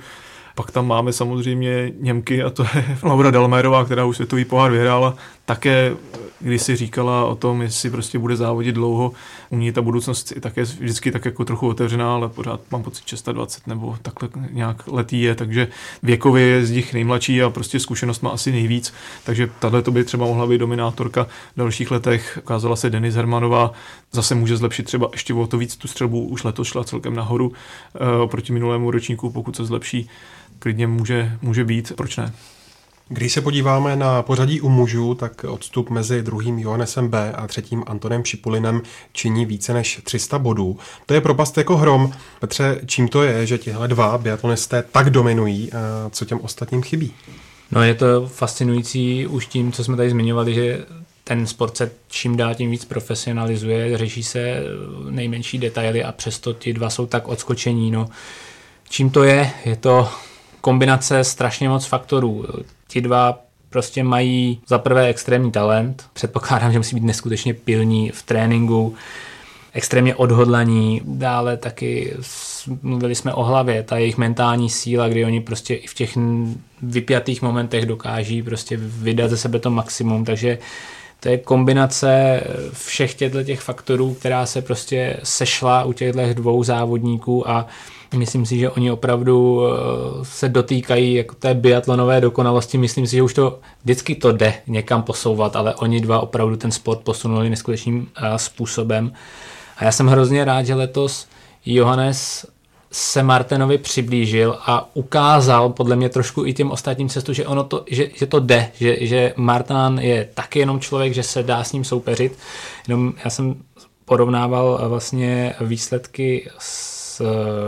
Pak tam máme samozřejmě Němky a to je Laura Dalmérová, která už světový pohár vyhrála. Také, když si říkala o tom, jestli prostě bude závodit dlouho, u ní ta budoucnost je také vždycky tak jako trochu otevřená, ale pořád mám pocit 26 nebo takhle nějak letý je, takže věkově je z nich nejmladší a prostě zkušenost má asi nejvíc, takže tahle to by třeba mohla být dominátorka v dalších letech. Ukázala se Denis Hermanová, zase může zlepšit třeba ještě o to víc tu střelbu, už letos šla celkem nahoru oproti minulému ročníku, pokud se zlepší, klidně může být, proč ne? Když se podíváme na pořadí u mužů, tak odstup mezi druhým Johannesem B. a třetím Antonem Šipulinem činí více než 300 bodů. To je propast jako hrom. Petře, čím to je, že tihle dva biatlonisté tak dominují, a co těm ostatním chybí? No je to fascinující už tím, co jsme tady zmiňovali, že ten sport se čím dál tím víc profesionalizuje, řeší se nejmenší detaily a přesto ti dva jsou tak odskočení. No, čím to je? Je to kombinace strašně moc faktorů. Ti dva prostě mají za prvé extrémní talent. Předpokládám, že musí být neskutečně pilní v tréninku, extrémně odhodlaní. Dále taky mluvili jsme o hlavě, ta jejich mentální síla, kdy oni prostě i v těch vypjatých momentech dokáží prostě vydat ze sebe to maximum, takže to je kombinace všech těch faktorů, která se prostě sešla u těchto dvou závodníků a myslím si, že oni opravdu se dotýkají jako té biatlonové dokonalosti. Myslím si, že už to vždycky to jde někam posouvat, ale oni dva opravdu ten sport posunuli neskutečným způsobem. A já jsem hrozně rád, že letos Johannes se Martinovi přiblížil a ukázal podle mě trošku i těm ostatním cestu, že že to jde, že Martin je taky jenom člověk, že se dá s ním soupeřit. Jenom já jsem porovnával vlastně výsledky z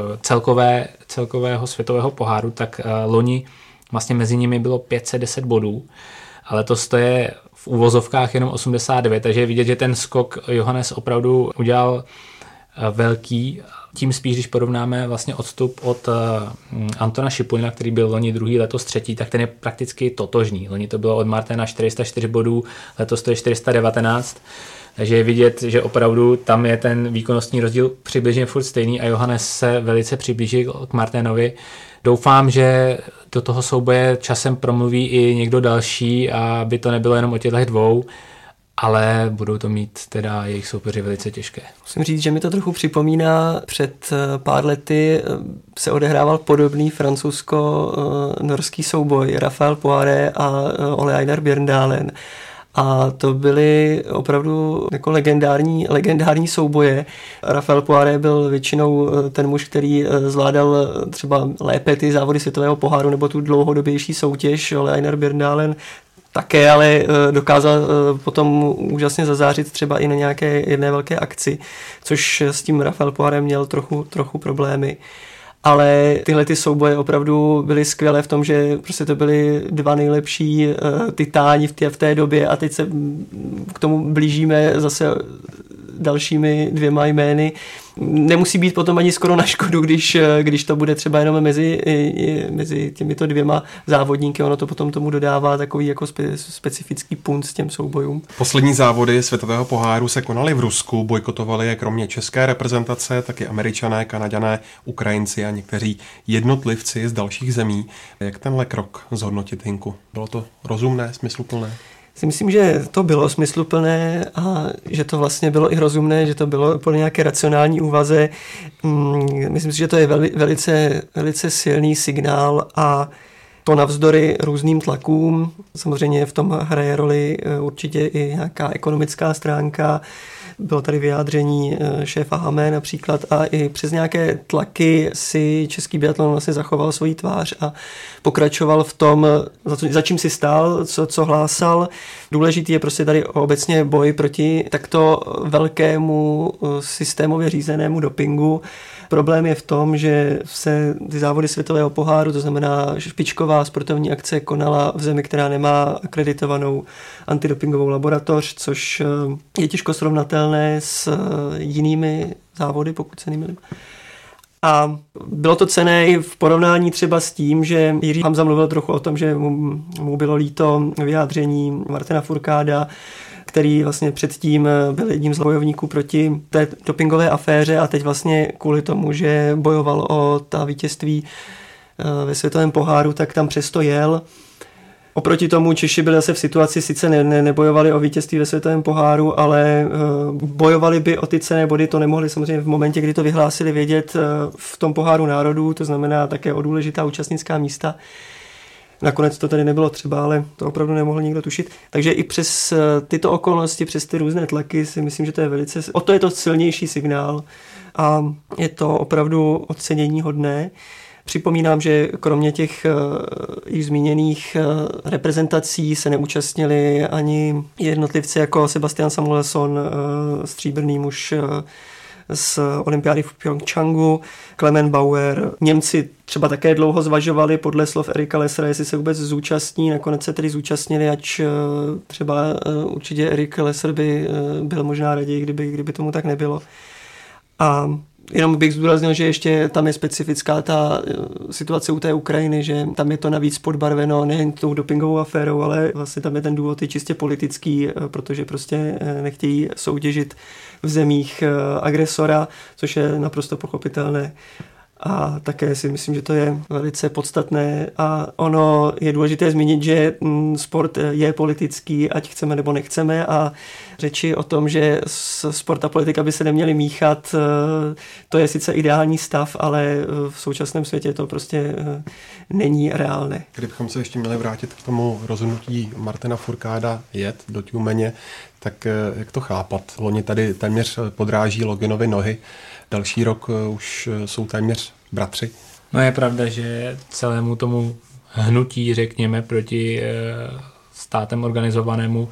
celkového světového poháru, tak loni vlastně mezi nimi bylo 510 bodů, ale to je v uvozovkách jenom 89, takže je vidět, že ten skok Johannes opravdu udělal velký. Tím spíš, když porovnáme vlastně odstup od Antona Šipulina, který byl loni druhý, letos třetí, tak ten je prakticky totožný. Loni to bylo od Martina 404 bodů, letos to je 419. Takže je vidět, že opravdu tam je ten výkonnostní rozdíl přibližně furt stejný a Johannes se velice přiblíží k Martinovi. Doufám, že do toho souboje časem promluví i někdo další, aby to nebylo jenom o těchto dvou, ale budou to mít teda jejich soupeři velice těžké. Musím říct, že mi to trochu připomíná, před pár lety se odehrával podobný francouzsko-norský souboj Rafael Poiré a Ole Einar Bjørndalen. A to byly opravdu jako legendární souboje. Rafael Poiré byl většinou ten muž, který zvládal třeba lépe ty závody světového poháru nebo tu dlouhodobější soutěž. Ole Einar Bjørndalen také, ale dokázal potom úžasně zazářit třeba i na nějaké jedné velké akci, což s tím Rafael Poiré měl trochu problémy. Ale tyhle ty souboje opravdu byly skvělé v tom, že prostě to byly dva nejlepší titáni v té době a teď se k tomu blížíme zase dalšími dvěma jmény. Nemusí být potom ani skoro na škodu, když to bude třeba jenom mezi těmito dvěma závodníky. Ono to potom tomu dodává takový jako specifický punt s těm soubojům. Poslední závody světového poháru se konaly v Rusku, bojkotovali je kromě české reprezentace, taky Američané, Kanaďané, Ukrajinci a někteří jednotlivci z dalších zemí. Jak tenhle krok zhodnotit, Hinku? Bylo to rozumné, smysluplné? Si myslím, že to bylo smysluplné a že to vlastně bylo i rozumné, že to bylo po nějaké racionální úvaze. Myslím si, že to je velice silný signál a to navzdory různým tlakům. Samozřejmě v tom hraje roli určitě i nějaká ekonomická stránka. Bylo tady vyjádření šéfa Hamé například a i přes nějaké tlaky si český biatlon vlastně zachoval svoji tvář a pokračoval v tom, za čím si stál, co hlásal. Důležitý je prostě tady obecně boj proti takto velkému systémově řízenému dopingu. Problém je v tom, že se ty závody světového poháru, to znamená špičková sportovní akce, konala v zemi, která nemá akreditovanou antidopingovou laboratoř, což je těžko srovnatelné s jinými závody, pokud se nemýlím. A bylo to cenné i v porovnání třeba s tím, že Jiří Hamza mluvil trochu o tom, že mu bylo líto vyjádření Martina Fourcada, který vlastně předtím byl jedním z bojovníků proti té dopingové aféře a teď vlastně kvůli tomu, že bojoval o ta vítězství ve světovém poháru, tak tam přesto jel. Oproti tomu Češi byli zase v situaci, sice nebojovali o vítězství ve světovém poháru, ale bojovali by o ty cenné body, to nemohli samozřejmě v momentě, kdy to vyhlásili vědět v tom poháru národů, to znamená také o důležitá účastnická místa. Nakonec to tady nebylo třeba, ale to opravdu nemohl nikdo tušit. Takže i přes tyto okolnosti, přes ty různé tlaky si myslím, že to je velice... O to je to silnější signál a je to opravdu ocenění hodné. Připomínám, že kromě těch již zmíněných reprezentací se neúčastnili ani jednotlivci jako Sebastian Samuelsson, stříbrný muž z olympiády v Pyeongchangu, Clement Bauer. Němci třeba také dlouho zvažovali podle slov Erika Lessera, jestli se vůbec zúčastní, nakonec se tedy zúčastnili, ač třeba určitě Erik Lesser by byl možná raději, kdyby tomu tak nebylo. A jenom bych zdůraznil, že ještě tam je specifická ta situace u té Ukrajiny, že tam je to navíc podbarveno nejen tou dopingovou aférou, ale vlastně tam je ten důvod i čistě politický, protože prostě nechtějí soutěžit v zemích agresora, což je naprosto pochopitelné. A také si myslím, že to je velice podstatné a ono je důležité zmínit, že sport je politický, ať chceme nebo nechceme a řeči o tom, že sport a politika by se neměly míchat, to je sice ideální stav, ale v současném světě to prostě není reálné. Kdybychom se ještě měli vrátit k tomu rozhodnutí Martina Fourcada jet do Tjumeně, tak jak to chápat? Loni tady téměř podráží Loganovi nohy, další rok už jsou téměř bratři. No je pravda, že celému tomu hnutí, řekněme, proti státem organizovanému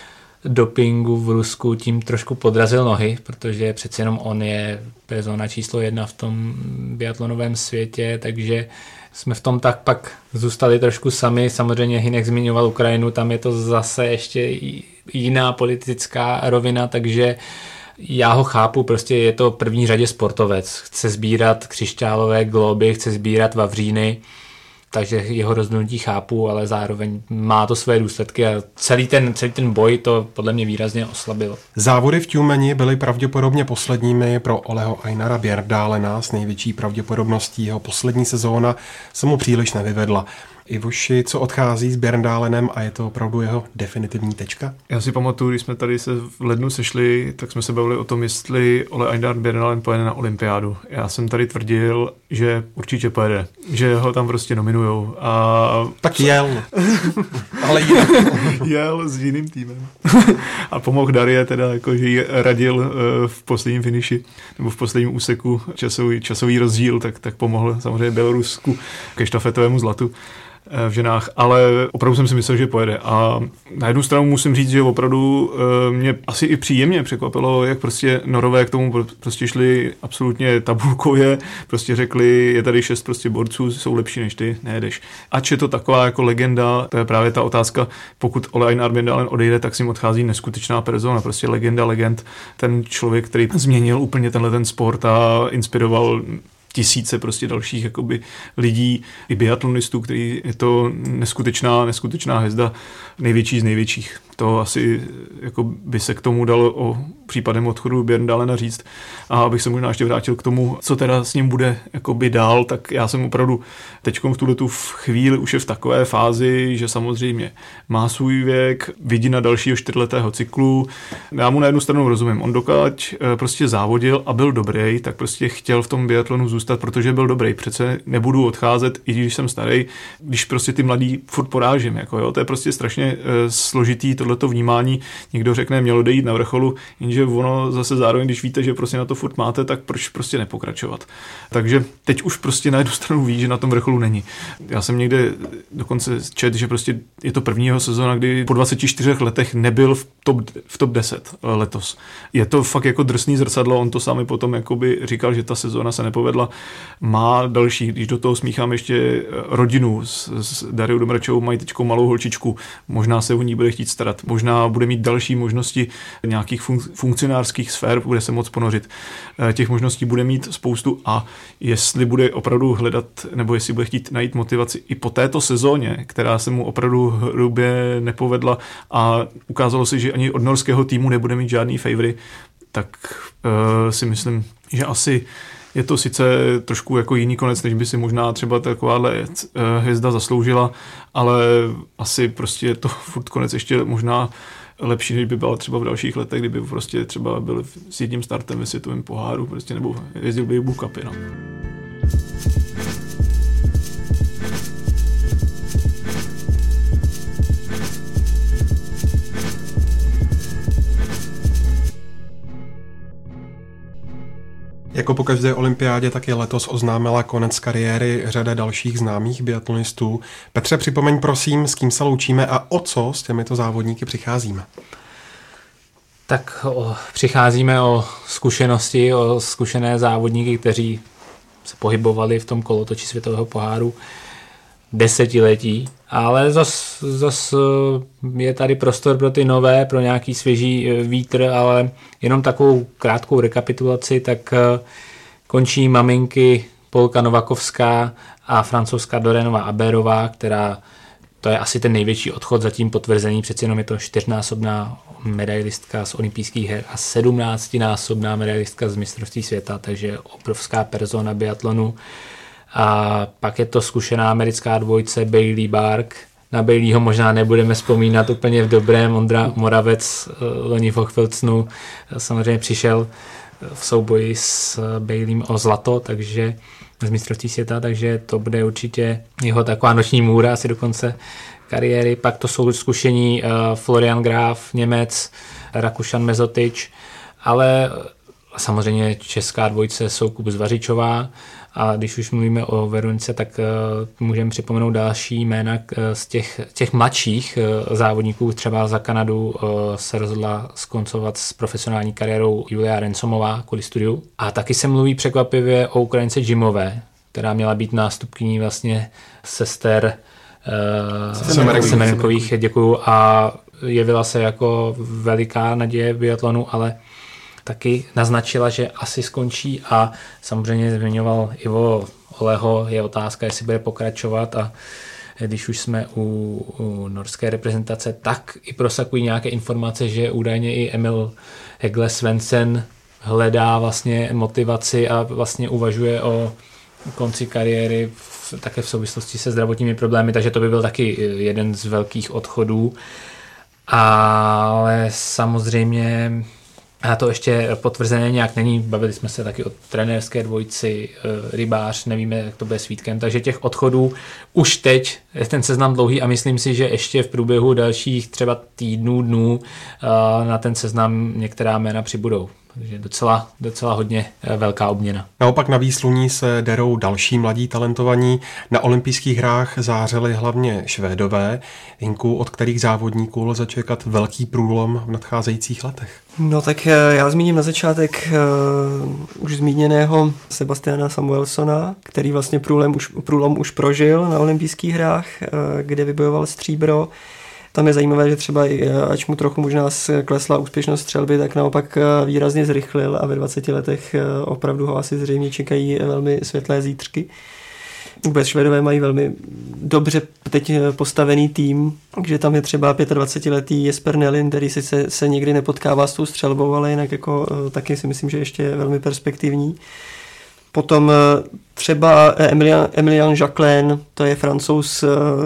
dopingu v Rusku tím trošku podrazil nohy, protože přeci jenom on je persona číslo 1 v tom biatlonovém světě, takže jsme v tom tak pak zůstali trošku sami. Samozřejmě Hynek zmiňoval Ukrajinu, tam je to zase ještě jiná politická rovina, takže já ho chápu, prostě je to v první řadě sportovec. Chce sbírat křišťálové glóby, chce sbírat vavříny, takže jeho rozhodnutí chápu, ale zároveň má to své důsledky a celý ten boj to podle mě výrazně oslabilo. Závody v Tjumeni byly pravděpodobně posledními pro Oleho Einara Bjerdalena. S největší pravděpodobností jeho poslední sezóna se mu příliš nevyvedla. Ivoši, co odchází s Bjerdalenem a je to opravdu jeho definitivní tečka? Já si pamatuju, když jsme tady se v lednu sešli, tak jsme se bavili o tom, jestli Ole Einar Bjerdalen pojede na olympiádu. Já jsem tady tvrdil, že určitě pojede, že ho tam prostě nominujou. Tak jel. Ale jel s jiným týmem. A pomohl Darie teda, jako, že ji radil v posledním finiši, nebo v posledním úseku časový rozdíl, tak pomohl samozřejmě Bělorusku ke štafetovému zlatu v ženách, ale opravdu jsem si myslel, že pojede. A na jednu stranu musím říct, že opravdu mě asi i příjemně překvapilo, jak prostě Norové k tomu prostě šli absolutně tabulkově, prostě řekli, je tady 6 prostě borců, jsou lepší než ty, nejedeš. Ač je to taková jako legenda, to je právě ta otázka, pokud Ole Einar Bjerdalen odejde, tak si jim odchází neskutečná persona, prostě legend, ten člověk, který změnil úplně tenhle ten sport a inspiroval tisíce prostě dalších jakoby lidí, i biatlonistů, který je to neskutečná hvězda, největší z největších. To asi jako by se k tomu dalo o případem odchodu Bjerdalena říct. A abych se možná ještě vrátil k tomu, co teda s ním bude jakoby dál, tak já jsem opravdu teďkom v tuhletu chvíli už je v takové fázi, že samozřejmě má svůj věk, vidí na dalšího 4letého cyklu. Já mu na jednu stranu rozumím. On dokud prostě závodil a byl dobrý, tak prostě chtěl v tom biatlonu zůstat, protože byl dobrý. Přece nebudu odcházet, i když jsem starý, když prostě ty mladí furt porážím. Jako jo. To je prostě strašně složitý tohleto vnímání. Někdo řekne, mělo dojít na vrcholu, jenže ono zase zároveň, když víte, že prostě na to furt máte, tak proč prostě nepokračovat. Takže teď už prostě na jednu stranu ví, že na tom vrcholu není. Já jsem někde dokonce četl, že prostě je to prvního sezóna, kdy po 24 letech nebyl v top 10 letos. Je to fakt jako drsný zrcadlo, on to sám potom jakoby říkal, že ta sezóna se nepovedla. Má další, když do toho smíchám ještě rodinu s Dariou Domračovou, mají teďko malou holčičku, možná se o ní bude chtít starat, možná bude mít další možnosti nějakých funkcionářských sfér, bude se moc ponořit. Těch možností bude mít spoustu a jestli bude opravdu hledat, nebo jestli bude chtít najít motivaci i po této sezóně, která se mu opravdu hrubě nepovedla a ukázalo se, že ani od norského týmu nebude mít žádný favory, tak si myslím, že asi Je to sice trošku jako jiný konec, než by si možná třeba takováhle hvězda zasloužila, ale asi prostě je to furt konec ještě možná lepší, než by byla třeba v dalších letech, kdyby prostě třeba byl s jedním startem ve světovém poháru, prostě, nebo jezdil by World Cupy, no. Jako po každé olympiádě, tak i letos oznámila konec kariéry řada dalších známých biatlonistů. Petře, připomeň prosím, s kým se loučíme a o co s těmito závodníky přicházíme. Tak přicházíme o zkušenosti, o zkušené závodníky, kteří se pohybovali v tom kolotoči světového poháru desetiletí, ale zas je tady prostor pro ty nové, pro nějaký svěží vítr, ale jenom takovou krátkou rekapitulaci, tak končí maminky Polka Novakovská a francouzská Dorenová Abérová, která to je asi ten největší odchod zatím potvrzený, přeci jenom je to 4násobná medailistka z olympijských her a 17násobná medailistka z mistrovství světa, takže obrovská persona biatlonu. A pak je to zkušená americká dvojce Bailey Bark. Na Baileyho možná nebudeme vzpomínat úplně v dobrém. Ondra Moravec loni v Hochfilzenu samozřejmě přišel v souboji s Baileym o zlato, takže z mistrovství světa, takže to bude určitě jeho taková noční můra asi do konce kariéry. Pak to jsou zkušení Florian Graf, Němec, Rakušan Mezotič, ale samozřejmě česká dvojce Soukup Zvařičová. A když už mluvíme o Veronice, tak můžeme připomenout další jména z těch mladších závodníků. Třeba za Kanadu se rozhodla skoncovat s profesionální kariérou Julia Rensomová kvůli studiu. A taky se mluví překvapivě o Ukrajince Jimové, která měla být nástupkyní vlastně sester Semerenkových, děkuju, a jevila se jako veliká naděje v biatlonu, ale taky naznačila, že asi skončí a samozřejmě zmiňoval Ivo Oleho, je otázka, jestli bude pokračovat a když už jsme u norské reprezentace, tak i prosakují nějaké informace, že údajně i Emil Hegle Svensson hledá vlastně motivaci a vlastně uvažuje o konci kariéry také v souvislosti se zdravotními problémy, takže to by byl taky jeden z velkých odchodů. Ale samozřejmě a to ještě potvrzené nějak není. Bavili jsme se taky o trenérské dvojici, Rybář, nevíme, jak to bude s Vítkem, takže těch odchodů už teď je ten seznam dlouhý a myslím si, že ještě v průběhu dalších třeba týdnů, dnů na ten seznam některá jména přibudou. Takže docela hodně velká obměna. Naopak na výsluní se derou další mladí talentovaní. Na olympijských hrách zářili hlavně Švédové. Hinku, od kterých závodníků lze čekat velký průlom v nadcházejících letech? No tak já zmíním na začátek už zmíněného Sebastiana Samuelsona, který vlastně průlom už prožil na olympijských hrách, kde vybojoval stříbro. Tam je zajímavé, že třeba ač mu trochu možná klesla úspěšnost střelby, tak naopak výrazně zrychlil a ve 20 letech opravdu ho asi zřejmě čekají velmi světlé zítřky. Vůbec Švédové mají velmi dobře teď postavený tým, takže tam je třeba 25letý Jesper Nelin, který sice se nikdy nepotkává s tou střelbou, ale jinak jako taky si myslím, že ještě je velmi perspektivní. Potom třeba Emilian Jacquelin, to je Francouz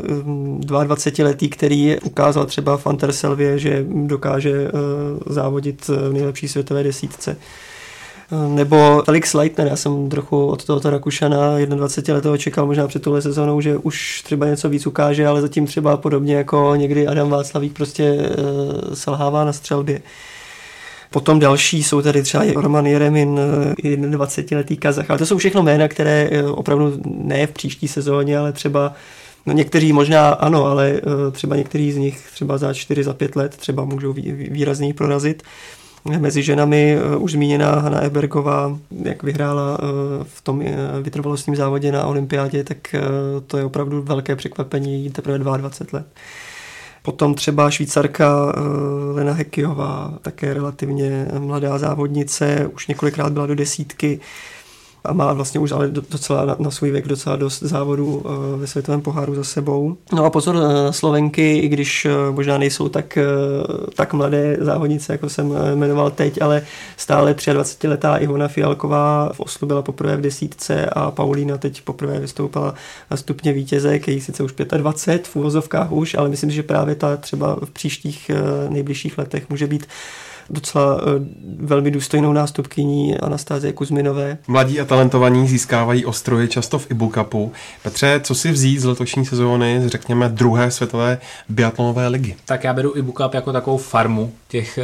22letý, který ukázal třeba v Anterselvě, že dokáže závodit v nejlepší světové desítce. Nebo Felix Leitner, já jsem trochu od tohoto Rakušana 21letého čekal možná před touhle sezónou, že už třeba něco víc ukáže, ale zatím třeba podobně jako někdy Adam Václavík prostě selhává na střelbě. Potom další jsou tady třeba Roman Jeremin, 21letý Kazach, ale to jsou všechno jména, které opravdu ne v příští sezóně, ale třeba někteří možná ano, ale třeba některý z nich třeba za 4, za 5 let třeba můžou výrazněji prorazit. Mezi ženami už zmíněná Hanna Ebergová, jak vyhrála v tom vytrvalostním závodě na olympiádě, tak to je opravdu velké překvapení, teprve 22 let. Potom třeba Švýcarka Lena Hekyová, také relativně mladá závodnice, už několikrát byla do desítky. a má vlastně už ale docela na svůj věk docela dost závodů ve světovém poháru za sebou. No a pozor na Slovenky, i když možná nejsou tak mladé závodnice, jako jsem jmenoval teď, ale stále 23letá Ivona Fialková v Oslu byla poprvé v desítce a Paulína teď poprvé vystoupala na stupně vítězek, je sice už 25 v uvozovkách už, ale myslím, že právě ta třeba v příštích nejbližších letech může být docela velmi důstojnou nástupkyní Anastazie Kuzminové. Mladí a talentovaní získávají ostroje často v IBU Cupu. Petře, co si vzít z letošní sezóny, řekněme, druhé světové biatlonové ligy? Tak já beru IBU Cup jako takovou farmu těch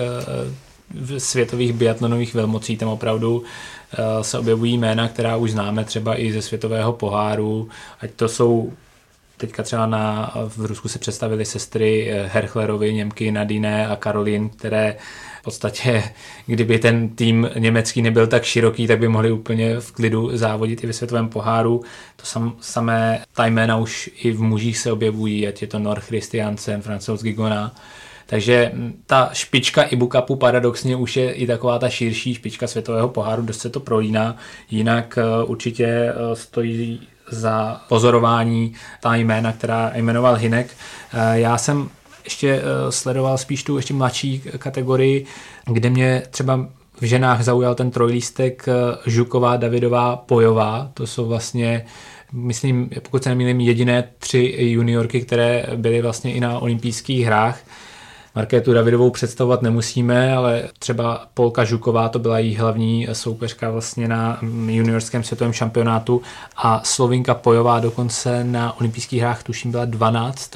světových biatlonových velmocí. Tam opravdu se objevují jména, která už známe třeba i ze světového poháru, ať to jsou teďka třeba v Rusku se představily sestry Herchlerovi, Němky Nadine a Karolín, které v podstatě, kdyby ten tým německý nebyl tak široký, tak by mohli úplně v klidu závodit i ve světovém poháru. To samé ta jména už i v mužích se objevují, ať je to Nor Christiansen, Francouz Gigona. Takže ta špička IBU Cupu paradoxně už je i taková ta širší špička světového poháru, dost se to prolíná, jinak určitě stojí za pozorování ta jména, která jmenoval Hynek. Já jsem ještě sledoval spíš tu ještě mladší kategorii, kde mě třeba v ženách zaujal ten trojlístek Žuková, Davidová, Pojová. To jsou vlastně, myslím, pokud se nemýlím, jediné 3 juniorky, které byly vlastně i na olympijských hrách. Markétu Davidovou představovat nemusíme, ale třeba Polka Žuková, to byla její hlavní soupeřka vlastně na juniorském světovém šampionátu a Slovinka Pojová dokonce na olympijských hrách tuším byla 12.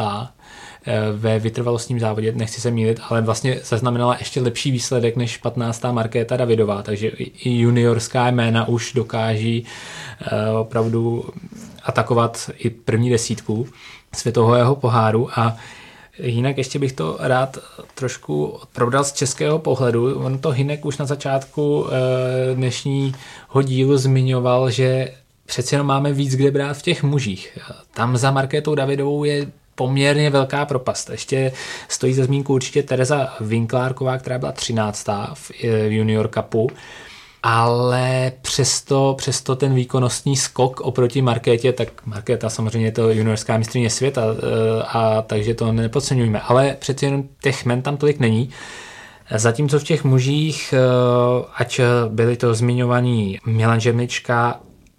ve vytrvalostním závodě, nechci se mýlit, ale vlastně zaznamenala ještě lepší výsledek než 15. Markéta Davidová, takže i juniorská jména už dokáží opravdu atakovat i první desítku světového poháru. A jinak ještě bych to rád trošku probral z českého pohledu. On to Hynek už na začátku dnešního dílu zmiňoval, že přeci jenom máme víc kde brát v těch mužích. Tam za Markétou Davidovou je poměrně velká propast. Ještě stojí za zmínku určitě Tereza Vinklárková, která byla 13. v Junior Cupu, ale přesto ten výkonnostní skok oproti Markétě, tak Markéta samozřejmě je to juniorská mistryně světa, a takže to nepodceňujeme, ale přeci jenom těch men tam tolik není. Zatímco v těch mužích, ať byli to zmiňovaní Milan Žemlička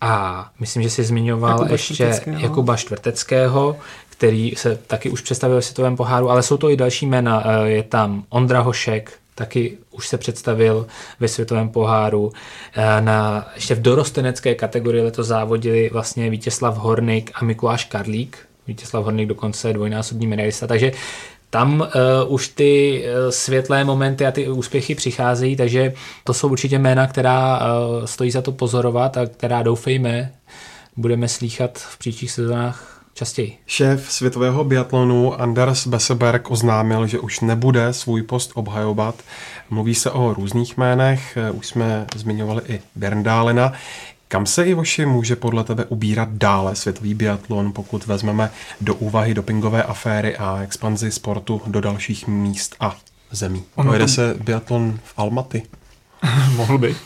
a myslím, že si zmiňoval ještě Jakuba Štvrteckého, který se taky už představil v světovém poháru, ale jsou to i další jména. Je tam Ondra Hošek, taky už se představil ve světovém poháru. Ještě v dorostenecké kategorii letos závodili vlastně Vítězslav Hornik a Mikuláš Karlík. Vítězslav Hornik dokonce dvojnásobný medailista, takže tam už ty světlé momenty a ty úspěchy přicházejí, takže to jsou určitě jména, která stojí za to pozorovat a která doufejme budeme slýchat v příštích sezónách častěji. Šéf světového biatlonu Anders Besseberg oznámil, že už nebude svůj post obhajovat. Mluví se o různých jménech, už jsme zmiňovali i Berndálena. Kam se, Ivoši, může podle tebe ubírat dále světový biatlon, pokud vezmeme do úvahy dopingové aféry a expanzi sportu do dalších míst a zemí? Pojede se biatlon v Almaty? Mohl by.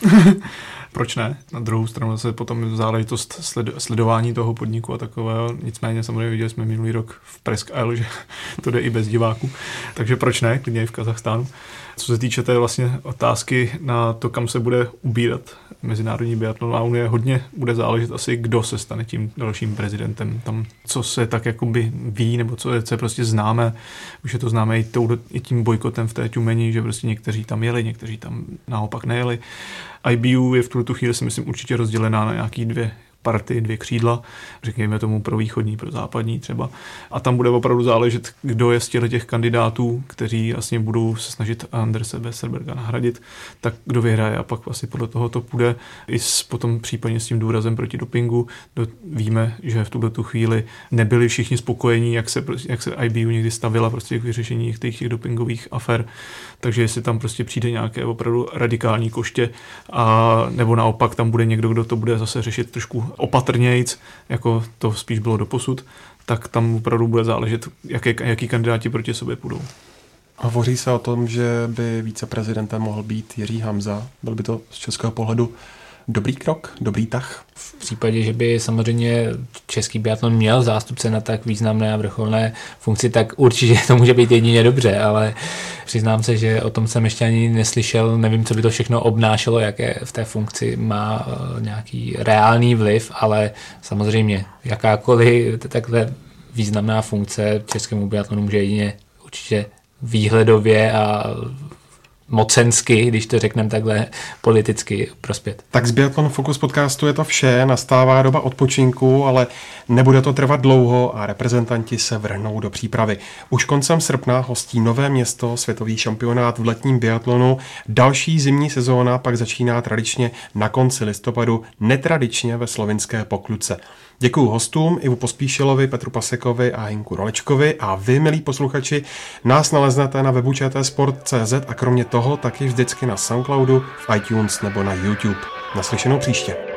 Proč ne? Na druhou stranu se potom záležitost sledování toho podniku a takového. Nicméně samozřejmě viděli jsme minulý rok v Presque Isle, že to jde i bez diváků. Takže proč ne? Klidně i v Kazachstánu. Co se týče té vlastně otázky na to, kam se bude ubírat Mezinárodní biatlonová unie, hodně bude záležet asi, kdo se stane tím dalším prezidentem. Tam, co se tak jakoby ví, nebo co je prostě známe, už je to známe i tím bojkotem v té Ťumeni, že prostě někteří tam jeli, někteří tam naopak nejeli. IBU je v tuto chvíli, si myslím, určitě rozdělená na nějaký 2 party, 2 křídla, řekněme tomu pro východní, pro západní třeba. A tam bude opravdu záležet, kdo je z těch kandidátů, kteří vlastně budou se snažit Anderse Besseberga nahradit, tak kdo vyhraje a pak asi podle toho to půjde i potom případně s tím důrazem proti dopingu. Víme, že v tuto chvíli nebyli všichni spokojení, jak se IBU někdy stavila prostě k vyřešení těch dopingových afér. Takže jestli tam prostě přijde nějaké opravdu radikální koště a nebo naopak tam bude někdo, kdo to bude zase řešit trošku opatrnějc, jako to spíš bylo doposud, tak tam opravdu bude záležet, jaký kandidáti proti sobě půjdou. Hovoří se o tom, že by viceprezidentem mohl být Jiří Hamza. Byl by to z českého pohledu dobrý krok, dobrý tah? V případě, že by samozřejmě český biatlon měl zástupce na tak významné a vrcholné funkci, tak určitě to může být jedině dobře, ale přiznám se, že o tom jsem ještě ani neslyšel, nevím, co by to všechno obnášelo, jaké v té funkci má nějaký reálný vliv, ale samozřejmě jakákoliv takhle významná funkce českému biatlonu může jedině určitě výhledově a mocensky, když to řekneme takhle politicky, prospět. Tak z Biathlon Focus podcastu je to vše, nastává doba odpočinku, ale nebude to trvat dlouho a reprezentanti se vrhnou do přípravy. Už koncem srpna hostí Nové Město světový šampionát v letním biatlonu. Další zimní sezóna pak začíná tradičně na konci listopadu, netradičně ve slovinské Pokluce. Děkuju hostům Ivu Pospíšilovi, Petru Pasekovi a Hinku Rolečkovi a vy, milí posluchači, nás naleznete na webu čtsport.cz a kromě toho taky vždycky na Soundcloudu, v iTunes nebo na YouTube. Naslyšenou příště.